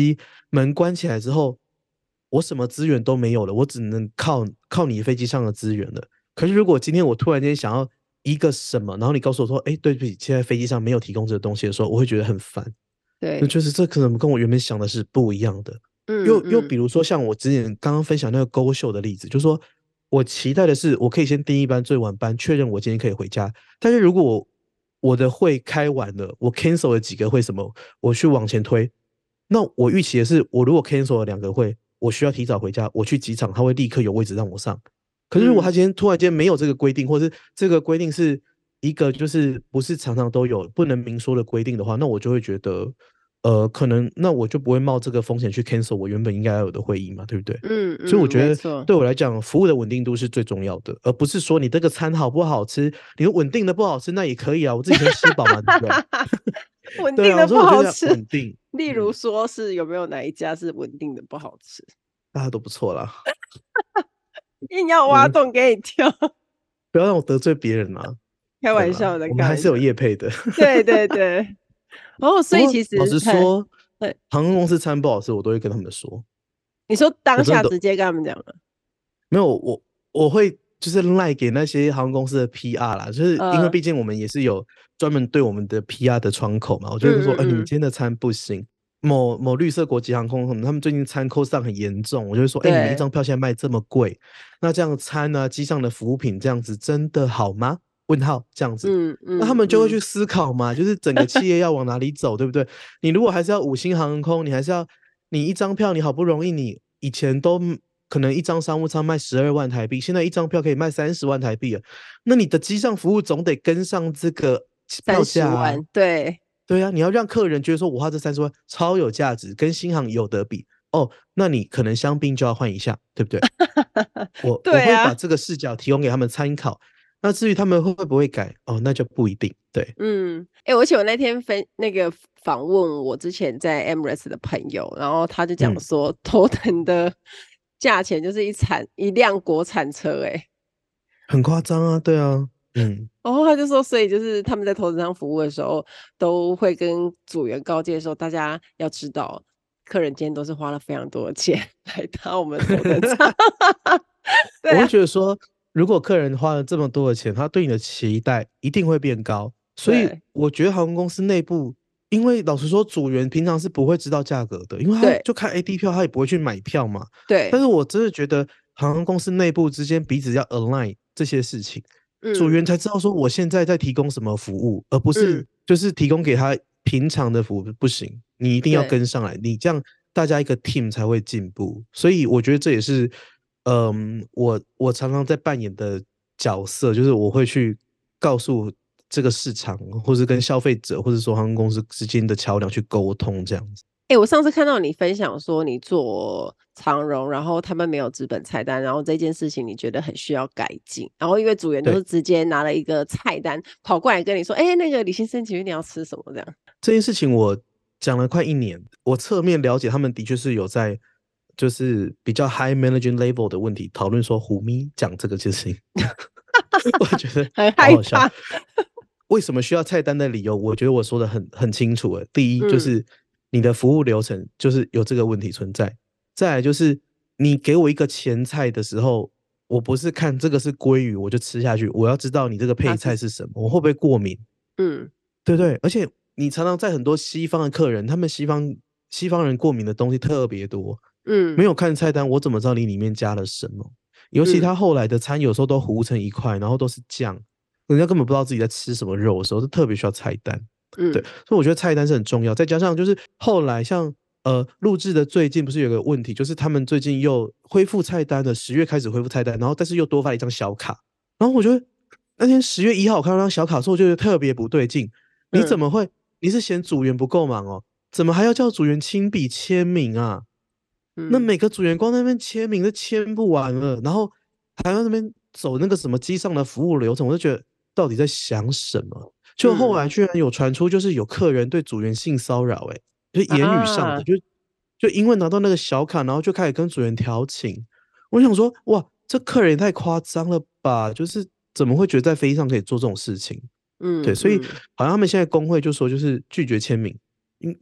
门关起来之后，我什么资源都没有了，我只能靠你飞机上的资源了。可是如果今天我突然间想要一个什么，然后你告诉我说，哎，对不起，现在飞机上没有提供这个东西的时候，我会觉得很烦。那对， 就是这可能跟我原本想的是不一样的。又比如说像我之前刚刚分享那个勾秀的例子，就是说我期待的是我可以先订一班最晚班，确认我今天可以回家。但是如果我的会开完了，我 cancel 了几个会什么，我去往前推，那我预期的是，我如果 cancel 了2个会，我需要提早回家，我去机场，他会立刻有位置让我上。可是如果他今天突然间没有这个规定，或是这个规定是一个就是不是常常都有不能明说的规定的话，那我就会觉得，可能那我就不会冒这个风险去 cancel 我原本应该要有的会议嘛，对不对？所以我觉得没错。 对我来讲，服务的稳定度是最重要的，而不是说你这个餐好不好吃，你稳定的不好吃那也可以啊，我自己先吃饱嘛，对不对？对啊， 稳定的不所以我觉得好吃， 稳定， 例如说是有没有哪一家是稳定的不好吃？ 大家都不错啦。 硬要挖嗯， 洞给你跳， 不要让我得罪别人啊。 开对啦， 玩笑的， 我们还是开玩笑。 有业配的。 对对对，哦， 不所以其过老实实嘿， 说， 对， 航空公司餐不好吃，我都会跟他们说。 你说当我真的都下直接跟他们讲了， 没有，我会就是赖给那些航空公司的 PR 啦，就是因为呃， 毕竟我们也是有专门对我们的 PR 的窗口嘛，我就会说，你们嗯， 今天的餐不行。某绿色国际航空，他们最近餐 cost 上很严重，我就会说，你们一对， 张票现在卖这么贵，那这样餐啊，机上的服务品这样子真的好吗？问号这样子，那他们就会去思考嘛，就是整个企业要往哪里走，对不对？你如果还是要5星航空，你还是要你一张票，你好不容易你以前都可能一张商务舱卖12万台币，现在一张票可以卖30万台币了，那你的机上服务总得跟上这个三票价啊。 十万，对， 对啊，你要让客人觉得说我花这30万超有价值，跟新航有得比哦，那你可能香槟就要换一下，对不对？我对啊， 会把这个视角提供给他们参考。那至于他们会不会改哦，那就不一定。对， 而且我那天那个访问我之前在 Emirates 的朋友，然后他就讲嗯， 说，头等的价钱就是一辆国产车， 很夸张啊，对啊，嗯， 然后他就说，所以就是他们在头等舱服务的时候，都会跟组员告诫说，大家要知道，客人今天都是花了非常多的钱来搭我们头等舱。对我会啊， 觉得说，如果客人花了这么多的钱，他对你的期待一定会变高。所以对我觉得航空公司内部，因为老实说，组员平常是不会知道价格的，因为他对就看 AD 票，他也不会去买票嘛。但对， 是我真的觉得航空公司内部之间彼此要 align 这些事情，组员嗯才知道说我现在在提供什么服务，而不是嗯， 就是提供给他平常的服务不行，你一定要对。 跟上来，你这样大家一个 team 才会进步。所以我觉得这也是，我常常在扮演的角色，就是我会去告诉这个市场，或是跟消费者，或者说航空公司之间的桥梁去沟通这样子。 我上次看到你分享说你做长荣，然后他们没有纸本菜单，然后这件事情你觉得很需要改进，然后因为组员都是对。 直接拿了一个菜单跑过来跟你说，那个李先生，请问你要吃什么？这样， 这件事情我讲了快1年，我侧面了解他们的确是有在，就是比较 high managing level 的问题讨论说胡咪讲这个事情，我觉得很好好笑。 害怕。 为什么需要菜单的理由，我觉得我说的很清楚了。第一就嗯， 是你的服务流程就是有这个问题存在，再来就是你给我一个前菜的时候，我不是看这个是鲑鱼我就吃下去，我要知道你这个配他是菜是什么，我会不会过敏， 嗯对不对？而且你常常在很多西方的客人，他们西方人过敏的东西特别多，没嗯有看菜单，我怎么知道你里面加了什么？尤其他后来的餐有时候都糊成一块，然后都是酱，人家根本不知道自己在吃什么肉的时候，是特别需要菜单。对， 嗯所以我觉得菜单是很重要。再加上就是后来像录制的最近不是有个问题，就是他们最近又恢复菜单了，10月开始恢复菜单，然后但是又多发了一张小卡，然后我觉得那天10月1号我看到那张小卡的时候，我觉得特别不对劲。你怎嗯么会？你是嫌组员不够忙哦？怎么还要叫组员亲笔签名啊？那嗯每个组员光在那边签名都签不完了，然后还要那边走那个什么机上的服务流程，我就觉得到底在想什么？就后嗯来居然有传出，就是有客人对组员性骚扰，就言语上的， 啊， 就因为拿到那个小卡，然后就开始跟组员调情。我想说，哇，这客人也太夸张了吧？就是怎么会觉得在飞机上可以做这种事情？对，所以嗯嗯好像他们现在工会就说，就是拒绝签名，就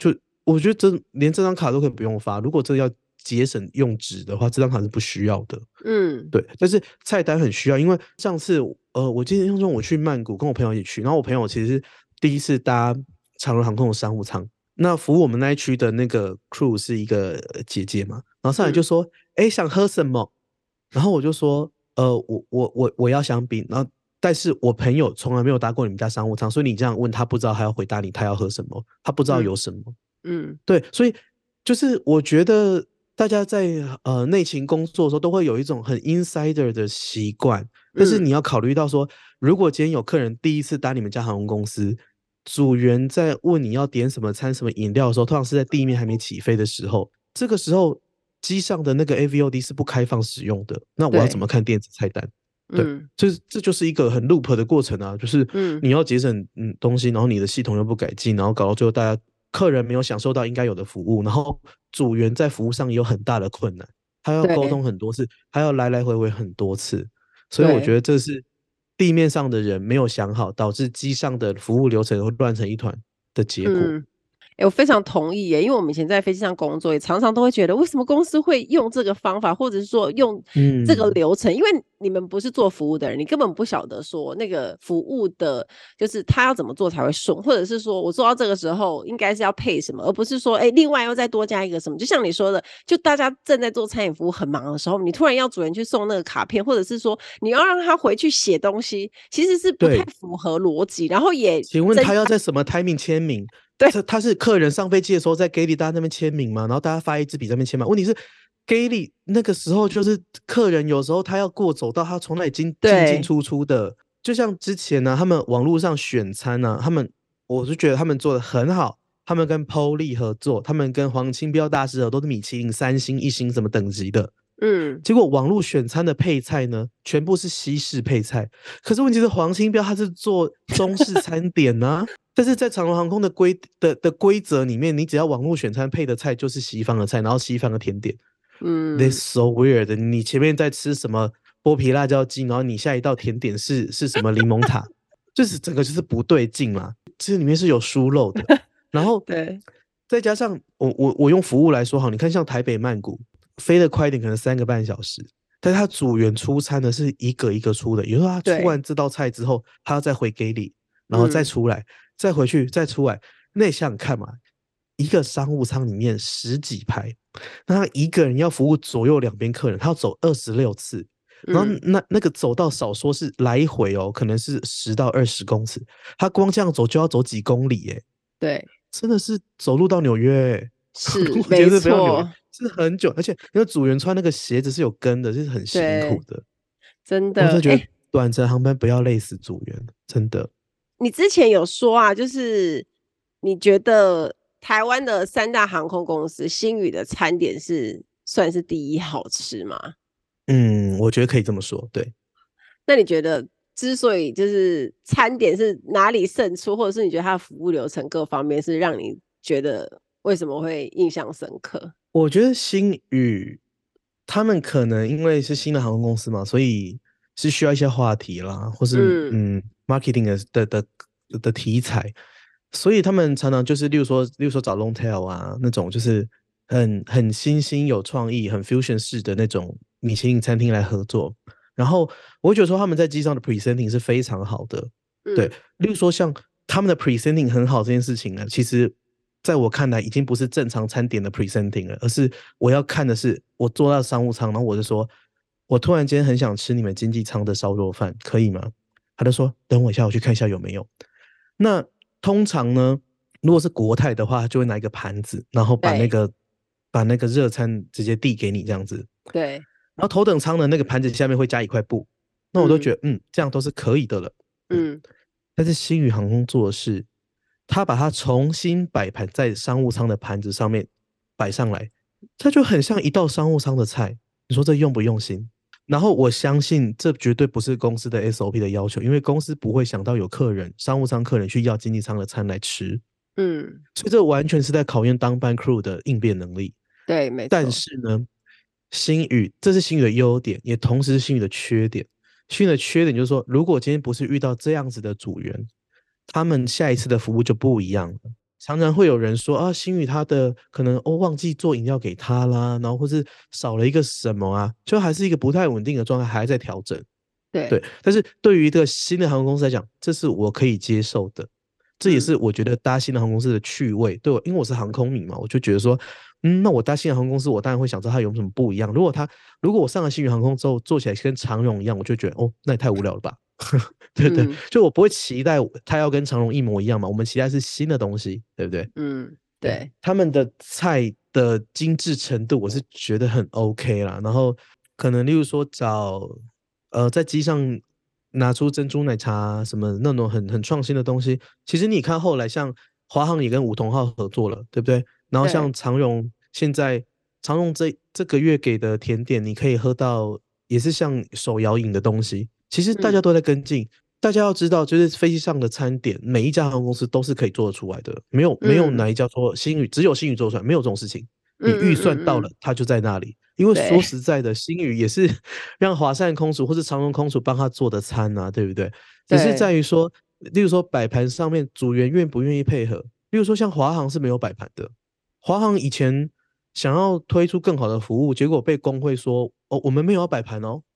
我觉得连这张卡都可以不用发，如果这要节省用纸的话，这张卡是不需要的。对，但是菜单很需要，因为上次我记得印象中我去曼谷，跟我朋友一起去，然后我朋友其实是第一次搭长荣航空的商务舱，那服务我们那一区的那个 crew 是一个姐姐嘛，然后上来就说，哎、想喝什么？然后我就说，我要香槟，然后但是我朋友从来没有搭过你们家商务舱，所以你这样问他不知道，还要回答你他要喝什么，他不知道有什么。对，所以就是我觉得大家在内勤工作的时候，都会有一种很 insider 的习惯，但是你要考虑到说，如果今天有客人第一次搭你们家航空公司，组员在问你要点什么餐、什么饮料的时候，通常是在地面还没起飞的时候，这个时候机上的那个 AVOD 是不开放使用的，那我要怎么看电子菜单？对，这就是一个很 loop 的过程啊，就是你要节省东西，然后你的系统又不改进，然后搞到最后大家客人没有享受到应该有的服务，然后组员在服务上也有很大的困难，他要沟通很多次，他要来来回回很多次，所以我觉得这是地面上的人没有想好，导致机上的服务流程会乱成一团的结果。 我非常同意耶，因为我们以前在飞机上工作，也常常都会觉得，为什么公司会用这个方法，或者是说用这个流程？因为你们不是做服务的人，你根本不晓得说那个服务的，就是他要怎么做才会顺，或者是说我做到这个时候应该是要配什么，而不是说，另外又再多加一个什么。就像你说的，就大家正在做餐饮服务很忙的时候，你突然要主人去送那个卡片，或者是说你要让他回去写东西，其实是不太符合逻辑，然后也请问他要在什么 timing 签名？ 对， 他是客人上飞机的时候在 galley 大家那边签名吗？然后大家发一支笔在那边签吗？问题是 galley 那个时候就是客人有时候他要过走道，他从那里进出出的。就像之前呢、他们网络上选餐呢、我就觉得他们做的很好。他们跟 Polly 合作，他们跟黄清标大师合作，都是米其林3星、1星什么等级的。结果网络选餐的配菜呢，全部是西式配菜。可是问题是黄清标他是做中式餐点啊。但是在长荣航空的规则里面，你只要网络选餐配的菜就是西方的菜，然后西方的甜点。This so weird。你前面在吃什么剥皮辣椒鸡，然后你下一道甜点是什么柠檬塔，就是整个就是不对劲嘛。这里面是有疏漏的。然后对， 再加上我用服务来说好，你看像台北曼谷飞得快一点，可能3个半小时。但是他组员出餐的是一个一个出的，也就是说他出完这道菜之后，他要再回给你，然后再出来。再回去再出来，那你想想看嘛，一个商务舱里面10几排，那他一个人要服务左右两边客人，他要走26次，然后那个走道少说是来回哦，可能是10到20公尺，他光这样走就要走几公里耶。 对， 真的是走路到纽约是没错， 是很久，而且那个组员穿那个鞋子是有跟的，是很辛苦的。 真的， 我真的觉得短程航班不要累死组员，真的。 你之前有说啊，就是你觉得台湾的3大航空公司，星宇的餐点算是第一好吃吗？ 我觉得可以这么说，对。 那你觉得之所以就是餐点是哪里胜出，或者是你觉得它的服务流程各方面是让你觉得为什么会印象深刻？ 我觉得星宇他们可能因为是新的航空公司嘛，所以是需要一些话题啦，或是marketing 的题材，所以他们常常就是例如说找 Longtail 啊那种就是很新兴有创意很 fusion 式的那种米其林餐厅来合作。然后我会觉得说他们在机上的 presenting 是非常好的。对，例如说像他们的 presenting 很好这件事情呢，其实在我看来已经不是正常餐点的 presenting 了，而是我要看的是我坐到商务舱，然后我就说我突然间很想吃你们经济舱的烧肉饭，可以吗？他就说等我一下，我去看一下有没有。那通常呢，如果是国泰的话，他就会拿一个盘子，然后把那个热餐直接递给你这样子。 对。 然后头等舱的那个盘子下面会加一块布，那我都觉得这样都是可以的了。但是星宇航空做的是，他把它重新摆盘在商务舱的盘子上面摆上来，它就很像一道商务舱的菜。你说这用不用心？然后我相信这绝对不是公司的 SOP 的要求，因为公司不会想到有商务舱客人去要经济舱的餐来吃。所以这完全是在考验当班 crew 的应变能力。 对，没错。 但是呢，这是星宇的优点，也同时是星宇的缺点。星宇的缺点就是说，如果今天不是遇到这样子的组员，他们下一次的服务就不一样了。 常常会有人说啊，星宇他的可能忘记做饮料给他啦，然后或是少了一个什么啊，就还是一个不太稳定的状态，还在调整。 对， 对，但是对于一个新的航空公司来讲，这是我可以接受的，这也是我觉得搭新的航空公司的趣味。对我，因为我是航空迷嘛，我就觉得说，那我搭新的航空公司，我当然会想知道它有什么不一样。如果我上了星宇航空之后做起来跟长荣一样，我就觉得那也太无聊了吧。对对，就我不会期待它要跟长荣一模一样嘛，我们期待是新的东西，对不对？对， 对， 他们的菜的精致程度，我是觉得很 OK 啦。然后可能例如说在机上拿出珍珠奶茶什么那种很创新的东西，其实你看后来像华航也跟五桐号合作了，对不对？然后像对， 长荣现在长荣这个月给的甜点，你可以喝到也是像手摇饮的东西，其实大家都在跟进。大家要知道，就是飞机上的餐点，每一家航空公司都是可以做得出来的，没有哪一家说只有星宇做出来，没有这种事情。你预算到了，它就在那里。因为说对， 实在的，星宇也是让华善空厨或是长荣空厨帮他做的餐啊，对不对？只是在对， 于说，例如说摆盘上面，组员愿不愿意配合。例如说像华航是没有摆盘的，华航以前想要推出更好的服务，结果被工会说，我们没有要摆盘哦。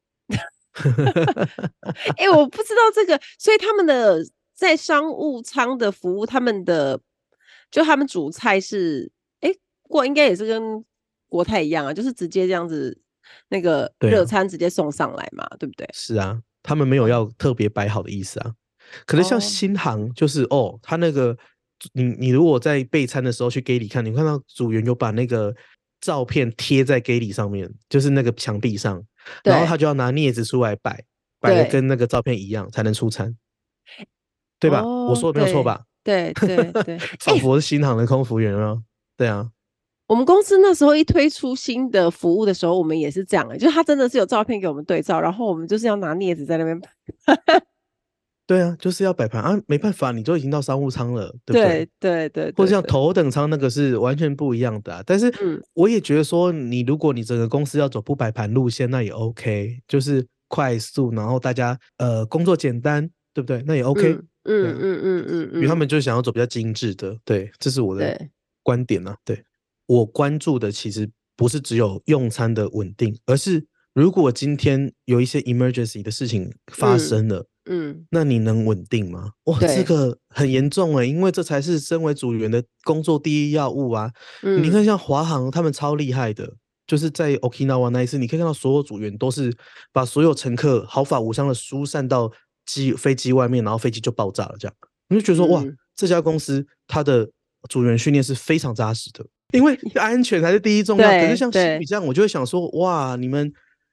哎，我不知道这个，所以他们的在商务舱的服务，他们主菜是，哎，不过应该也是跟国泰一样啊，就是直接这样子，那个对啊， 热餐直接送上来嘛，对不对？ 是啊，他们没有哦， 要特别摆好的意思啊。可能像哦， 新航，就是他那个你如果在备餐的时候去 galley 看，你看到组员有把那个照片贴在 galley 上面，就是那个墙壁上，然后对他就要拿镊子出来摆的对， 跟那个照片一样才能出餐，对吧？我哦， 说的没有错对吧？ 对对对， 仿哎， 佛是新航的空服员哦。对啊， 我们公司那时候一推出新的服务的时候，我们也是这样就他真的是有照片给我们对照，然后我们就是要拿镊子在那边对啊，就是要摆盘啊，没办法，你都已经到商务舱了，对不对？ 对对对或者对对， 像头等舱那个是完全不一样的啊。但是嗯我也觉得说，如果你整个公司要走不摆盘路线，那也 OK，就是快速，然后大家工作简单，对不对？那也 OK。对啊，因为他们就想要走比较精致的，对，这是我的对， 观点啊。对，我关注的其实不是只有用餐的稳定，而是如果今天有一些 emergency 的事情发嗯生了， 嗯， 那你能稳定吗？哇，这对， 个很严重诶，因为这才是身为组员的工作第一要务啊。你看， 嗯像华航他们超厉害的，就是在 Okinawa 那一次，你可以看到所有组员都是把所有乘客毫发无伤的疏散到飞机外面，然后飞机就爆炸了，这样你就觉得说哇， 嗯， 这家公司它的组员训练是非常扎实的。因为安全才是第一重要。可是像新宇对对， 这样，我就会想说，哇，你们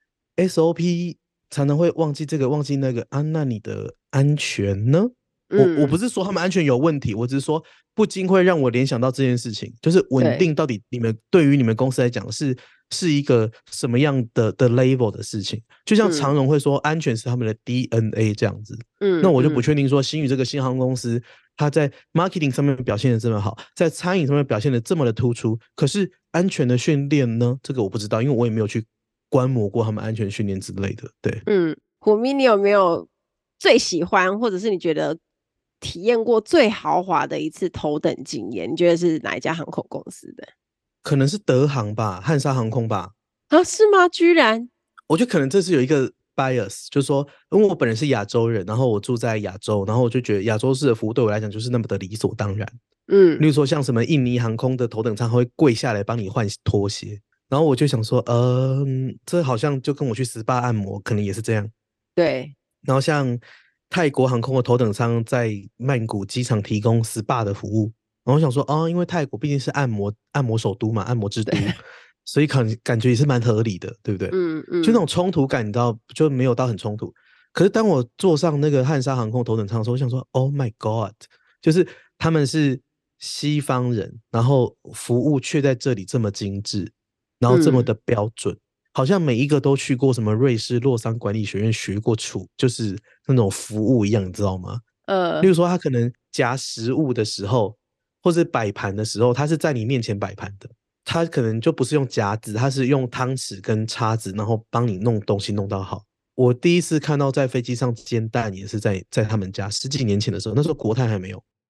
SOP 常常会忘记这个忘记那个啊，那你的安全呢？我不嗯是说他们安全有问题，我只是说不禁会让我联想到这件事情，就是稳对， 定到底对于你们公司来讲是一个什么样的 level 的事情？就像长嗯荣会说安全是他们的 DNA 这样子，那我就不嗯嗯， 确定说新宇这个新航空公司，它在 marketing 上面表现的这么好，在餐饮上面表现的这么的突出，可是安全的训练呢？这个我不知道，因为我也没有去观摩过他们安全训练之类的。对， 虎咪，你有没有最喜欢，或者是你觉得体验过最豪华的一次头等经验？你觉得是哪一家航空公司的可能是德航吧，汉莎航空吧。 啊？是吗？居然， 我觉得可能这是有一个 bias，就是说，因为我本人是亚洲人，然后我住在亚洲，然后我就觉得亚洲式的服务对我来讲就是那么的理所当然。例嗯， 如说像什么印尼航空的头等舱，他会跪下来帮你换拖鞋，然后我就想说，这好像就跟我去 SPA 按摩可能也是这样。 对然后像泰国航空的头等舱在曼谷机场提供 SPA 的服务，然后我想说，因为泰国毕竟是按摩首都嘛，按摩之对， 都，所以感觉也是蛮合理的，对不对？就那种嗯嗯冲突感，你知道就没有到很冲突。可是当我坐上那个汉莎航空头等舱的时候，我想说，Oh my God，就是他们是西方人，然后服务却在这里这么精致，然后这么嗯的标准。好像每一个都去过什么瑞士洛桑管理学院学过就是那种服务一样，你知道吗？例呃如说，他可能夹食物的时候，或是摆盘的时候，他是在你面前摆盘的，他可能就不是用夹子，他是用汤匙跟叉子，然后帮你弄东西弄到好。我第一次看到在飞机上煎蛋，也是在他们家十几年前的时候，那时候国泰还没有。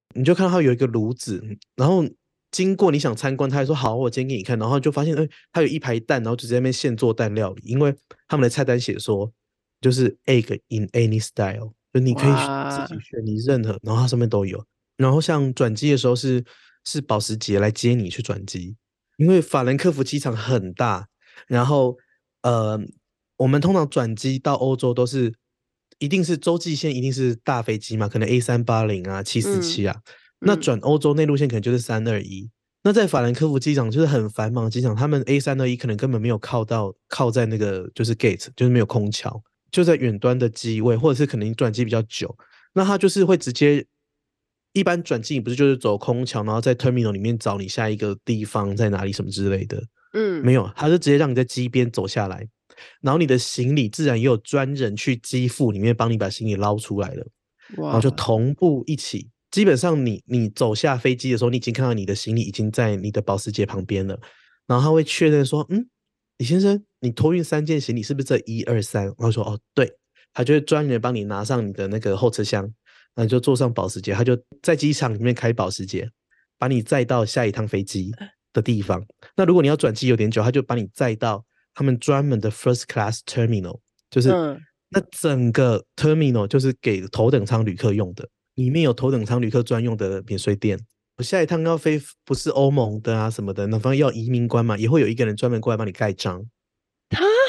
你就看到它有一个炉子，然后经过你想参观，他还说好，我今天给你看，然后就发现，它有一排蛋，然后就在那边现做蛋料理，因为他们的菜单写说就是 egg in any style，就你可以自哇， 己选你任何，然后它上面都有。然后像转机的时候是保时捷来接你去转机，因为法兰克福机场很大，然后呃，我们通常转机到欧洲都是一定是洲际线，一定是大飞机嘛，可能 A380啊、 嗯 747啊，那嗯， 转欧洲内陆线可能就是321。那在法兰克福机场就是很繁忙的机场，他们 A321可能根本没有靠在那个就是 gate，就是没有空桥，就在远端的机位，或者是可能转机比较久，那他就是会直接，一般转机你不是就是走空桥，然后在 terminal 里面找你下一个地方在哪里什么之类的，没嗯， 有，他是直接让你在机边走下来，然后你的行李自然也有专人去机腹里面帮你把行李捞出来了，然后就哇， 同步一起。基本上你走下飞机的时候，你已经看到你的行李已经在你的保时捷旁边了，然后他会确认说，李先生，你托运3件行李是不是这1、2、3？然后说哦对，他就会专人帮你拿上你的那个后车厢，那你就坐上保时捷，他就在机场里面开保时捷，把你载到下一趟飞机的地方。那如果你要转机有点久，他就把你载到他们专门的 first class terminal，就是嗯， 那整个 terminal 就是给头等舱旅客用的，里面有头等舱旅客专用的免税店。我下一趟要飞不是欧盟的啊什么的，那方要移民官嘛，也会有一个人专门过来帮你盖章， 他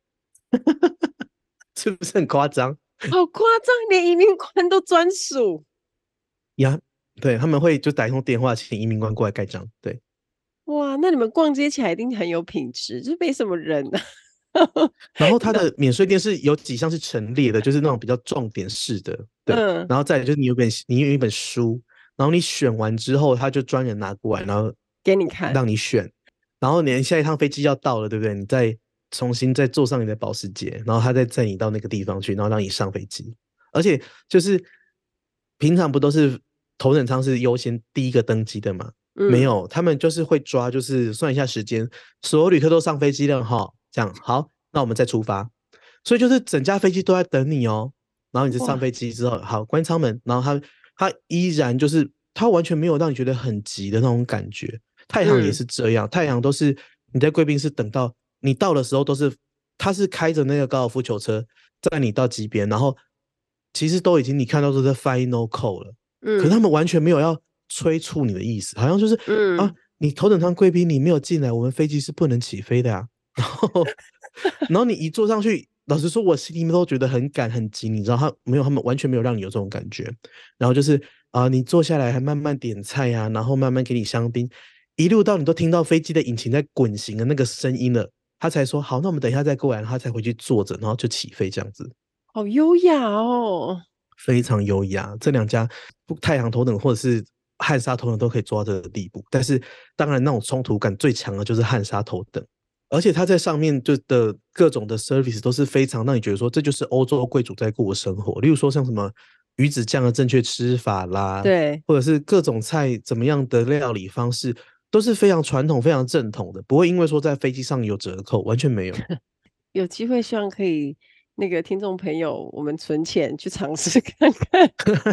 是不是很夸张好夸张，连移民官都专属。 呀？对，他们会就打一通电话请移民官过来盖章，对。 哇，那你们逛街起来一定很有品质，就是没什么人啊。 然后它那的免税店是有几项是陈列的，就是那种比较重点式的，对。 嗯， 然后再来就是你有一本书，然后你选完之后，他就专人拿过来，然后给你看， 让你选，然后你下一趟飞机要到了，对不对？你再重新再坐上你的保时捷，然后他再载你到那个地方去，然后让你上飞机。而且就是平常不都是头等舱是优先第一个登机的嘛？没嗯， 有，他们就是会抓，就是算一下时间，所有旅客都上飞机了哈，这样好，那我们再出发。所以就是整架飞机都在等你哦。然后你是上哇， 飞机之后，好关舱门，然后他依然就是他完全没有让你觉得很急的那种感觉。太行也嗯是这样，太行都是你在贵宾室等到你到的时候，都是他是开着那个高尔夫球车载你到机边，然后其实都已经你看到都是 final call 了，可是他嗯们完全没有要催促你的意思，好像就是啊， 嗯， 你头等舱贵宾你没有进来，我们飞机是不能起飞的呀、然后然后你一坐上去，老实说，我心里面都觉得很赶很急，你知道他们完全没有让你有这种感觉。然后就是你坐下来还慢慢点菜啊，然后慢慢给你香槟，一路到你都听到飞机的引擎在滚行的那个声音了，他才说好，那我们等一下再过来，然后他才回去坐着，然后就起飞这样子。 好优雅哦。 非常优雅。这两家太阳头等或者是汉莎头等都可以做到这个地步，但是当然那种冲突感最强的就是汉莎头等，而且它在上面就的各种的 service 都是非常让你觉得说这就是欧洲贵族在过的生活，例如说像什么鱼子酱的正确吃法啦， 对， 或者是各种菜怎么样的料理方式。都是非常传统、非常正统的，不会因为说在飞机上有折扣，完全没有。 有机会希望可以那个听众朋友，我们存钱去尝试看看。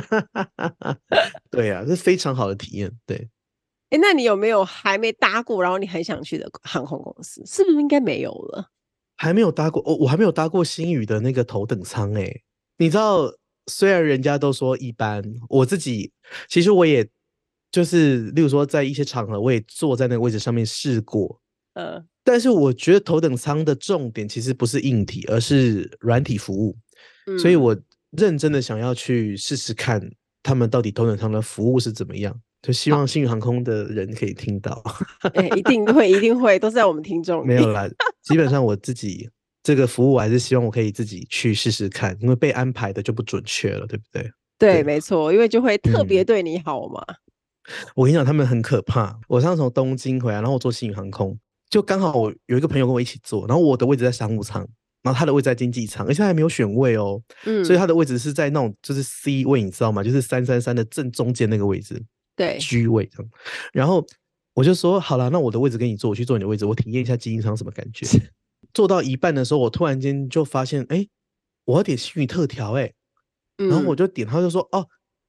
对呀、是非常好的体验。对， 哎，那你有没有还没搭过，然后你很想去的航空公司？是不是应该没有了？ 还没有搭过，我还没有搭过星宇的那个头等舱诶。你知道，虽然人家都说一般，我自己其实我也就是，例如说在一些场合，我也坐在那个位置上面试过， 嗯但是我觉得头等舱的重点其实不是硬体，而是软体服务，所以嗯， 我认真的想要去试试看他们到底头等舱的服务是怎么样，就希好， 望星宇航空的人可以听到。 哎，一定会，一定会，都在我们听众里。 没有啦，基本上我自己这个服务，我还是希望我可以自己去试试看，因为被安排的就不准确了，对不对？ 对， 对， 没错，因为就会特别嗯， 对你好嘛。 我跟你讲，他们很可怕。我上次从东京回来，然后我坐新宇航空，就刚好我有一个朋友跟我一起坐，然后我的位置在商务舱，然后他的位置在经济舱，而且他还没有选位哦，所以嗯， 他的位置是在那种就是 C 位，你知道吗？就是333的正中间那个位置对， ，G 位这样。然后我就说好了，那我的位置给你坐，我去坐你的位置，我体验一下经济舱什么感觉。做到一半的时候，我突然间就发现，哎，我要点星宇特调，哎，然后我嗯， 就点，他就说，哦，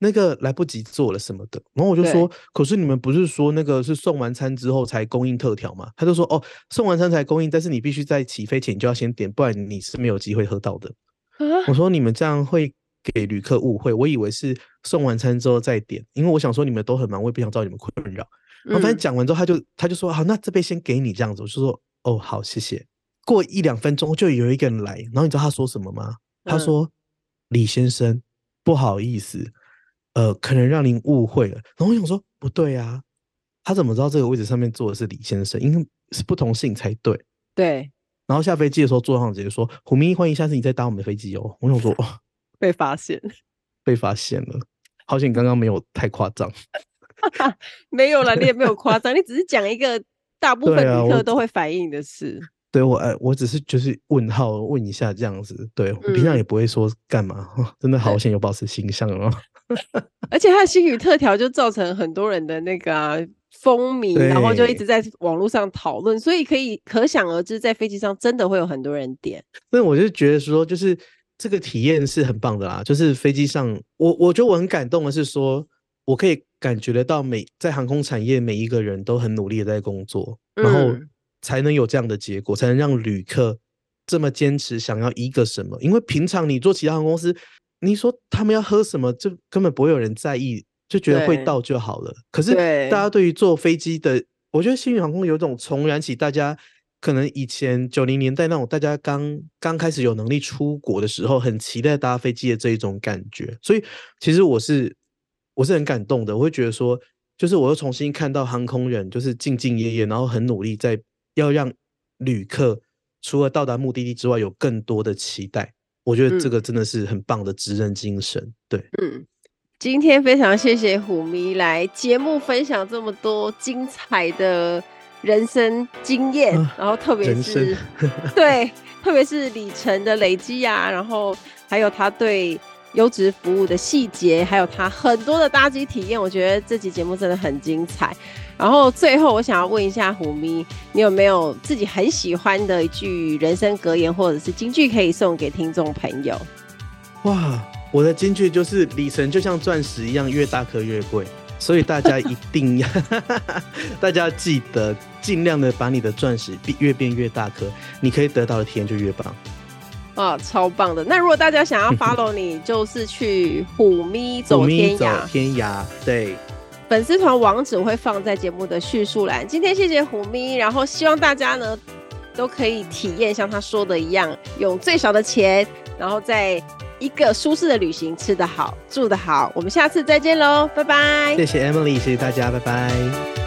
那个来不及做了什么的。然后我就说，可是你们不是说那个是送完餐之后才供应特调吗？他就说，哦，送完餐才供应，但是你必须在起飞前你就要先点，不然你是没有机会喝到的。我说你们这样会给旅客误会，我以为是送完餐之后再点，因为我想说你们都很忙，我也不想造你们困扰。然后反正讲完之后，他就说好，那这杯先给你这样子。我就说哦好，谢谢。过1-2分钟就有一个人来，然后你知道他说什么吗？他说李先生，不好意思，可能让您误会了。然后我想说不对啊，他怎么知道这个位置上面坐的是李先生？因为是不同姓才对。 对。 然后下飞机的时候，座上直接说：“虎咪，欢迎下次你再搭我们的飞机哦。”我想说，哦， 被发现， 被发现了。好险，刚刚没有太夸张。 没有了，你也没有夸张，你只是讲一个大部分旅客都会反映的事。 对，我只是就是问号问一下这样子。对，我平常也不会说干嘛，真的好险有保持形象哦。 而且他的星宇特调就造成很多人的那个风靡，然后就一直在网络上讨论，所以可想而知，在飞机上真的会有很多人点。 所以我就觉得说，就是这个体验是很棒的啦。就是飞机上，我觉得我很感动的是说，我可以感觉得到在航空产业每一个人都很努力的在工作，然后才能有这样的结果，才能让旅客这么坚持想要一个什么。因为平常你做其他航空公司，你说他们要喝什么，就根本不会有人在意，就觉得会到就好了。可是大家对于坐飞机的，我觉得星宇航空有种重燃起大家可能以前90年代那种大家刚开始有能力出国的时候，很期待搭飞机的这一种感觉。所以其实我是很感动的，我会觉得说，就是我又重新看到航空人就是兢兢业业，然后很努力在要让旅客除了到达目的地之外有更多的期待。我觉得这个真的是很棒的职人精神。对， 今天非常谢谢虎咪来节目分享这么多精彩的人生经验，然后特别是对，特别是里程的累积啊，然后还有他对优质服务的细节，还有他很多的搭机体验，我觉得这集节目真的很精彩。然后最后我想要问一下虎咪，你有没有自己很喜欢的一句人生格言或者是金句可以送给听众朋友？ 哇，我的金句就是里程就像钻石一样，越大颗越贵，所以大家一定要大家记得尽量的把你的钻石越变越大颗，你可以得到的体验就越棒。 啊，超棒的！那如果大家想要 follow 你，就是去虎咪走天涯， 对， 粉丝团网址我会放在节目的叙述栏。今天谢谢虎咪，然后希望大家呢都可以体验像他说的一样，用最少的钱，然后在一个舒适的旅行，吃得好，住得好。我们下次再见喽，拜拜！ 谢谢 Emily， 谢谢大家，拜拜。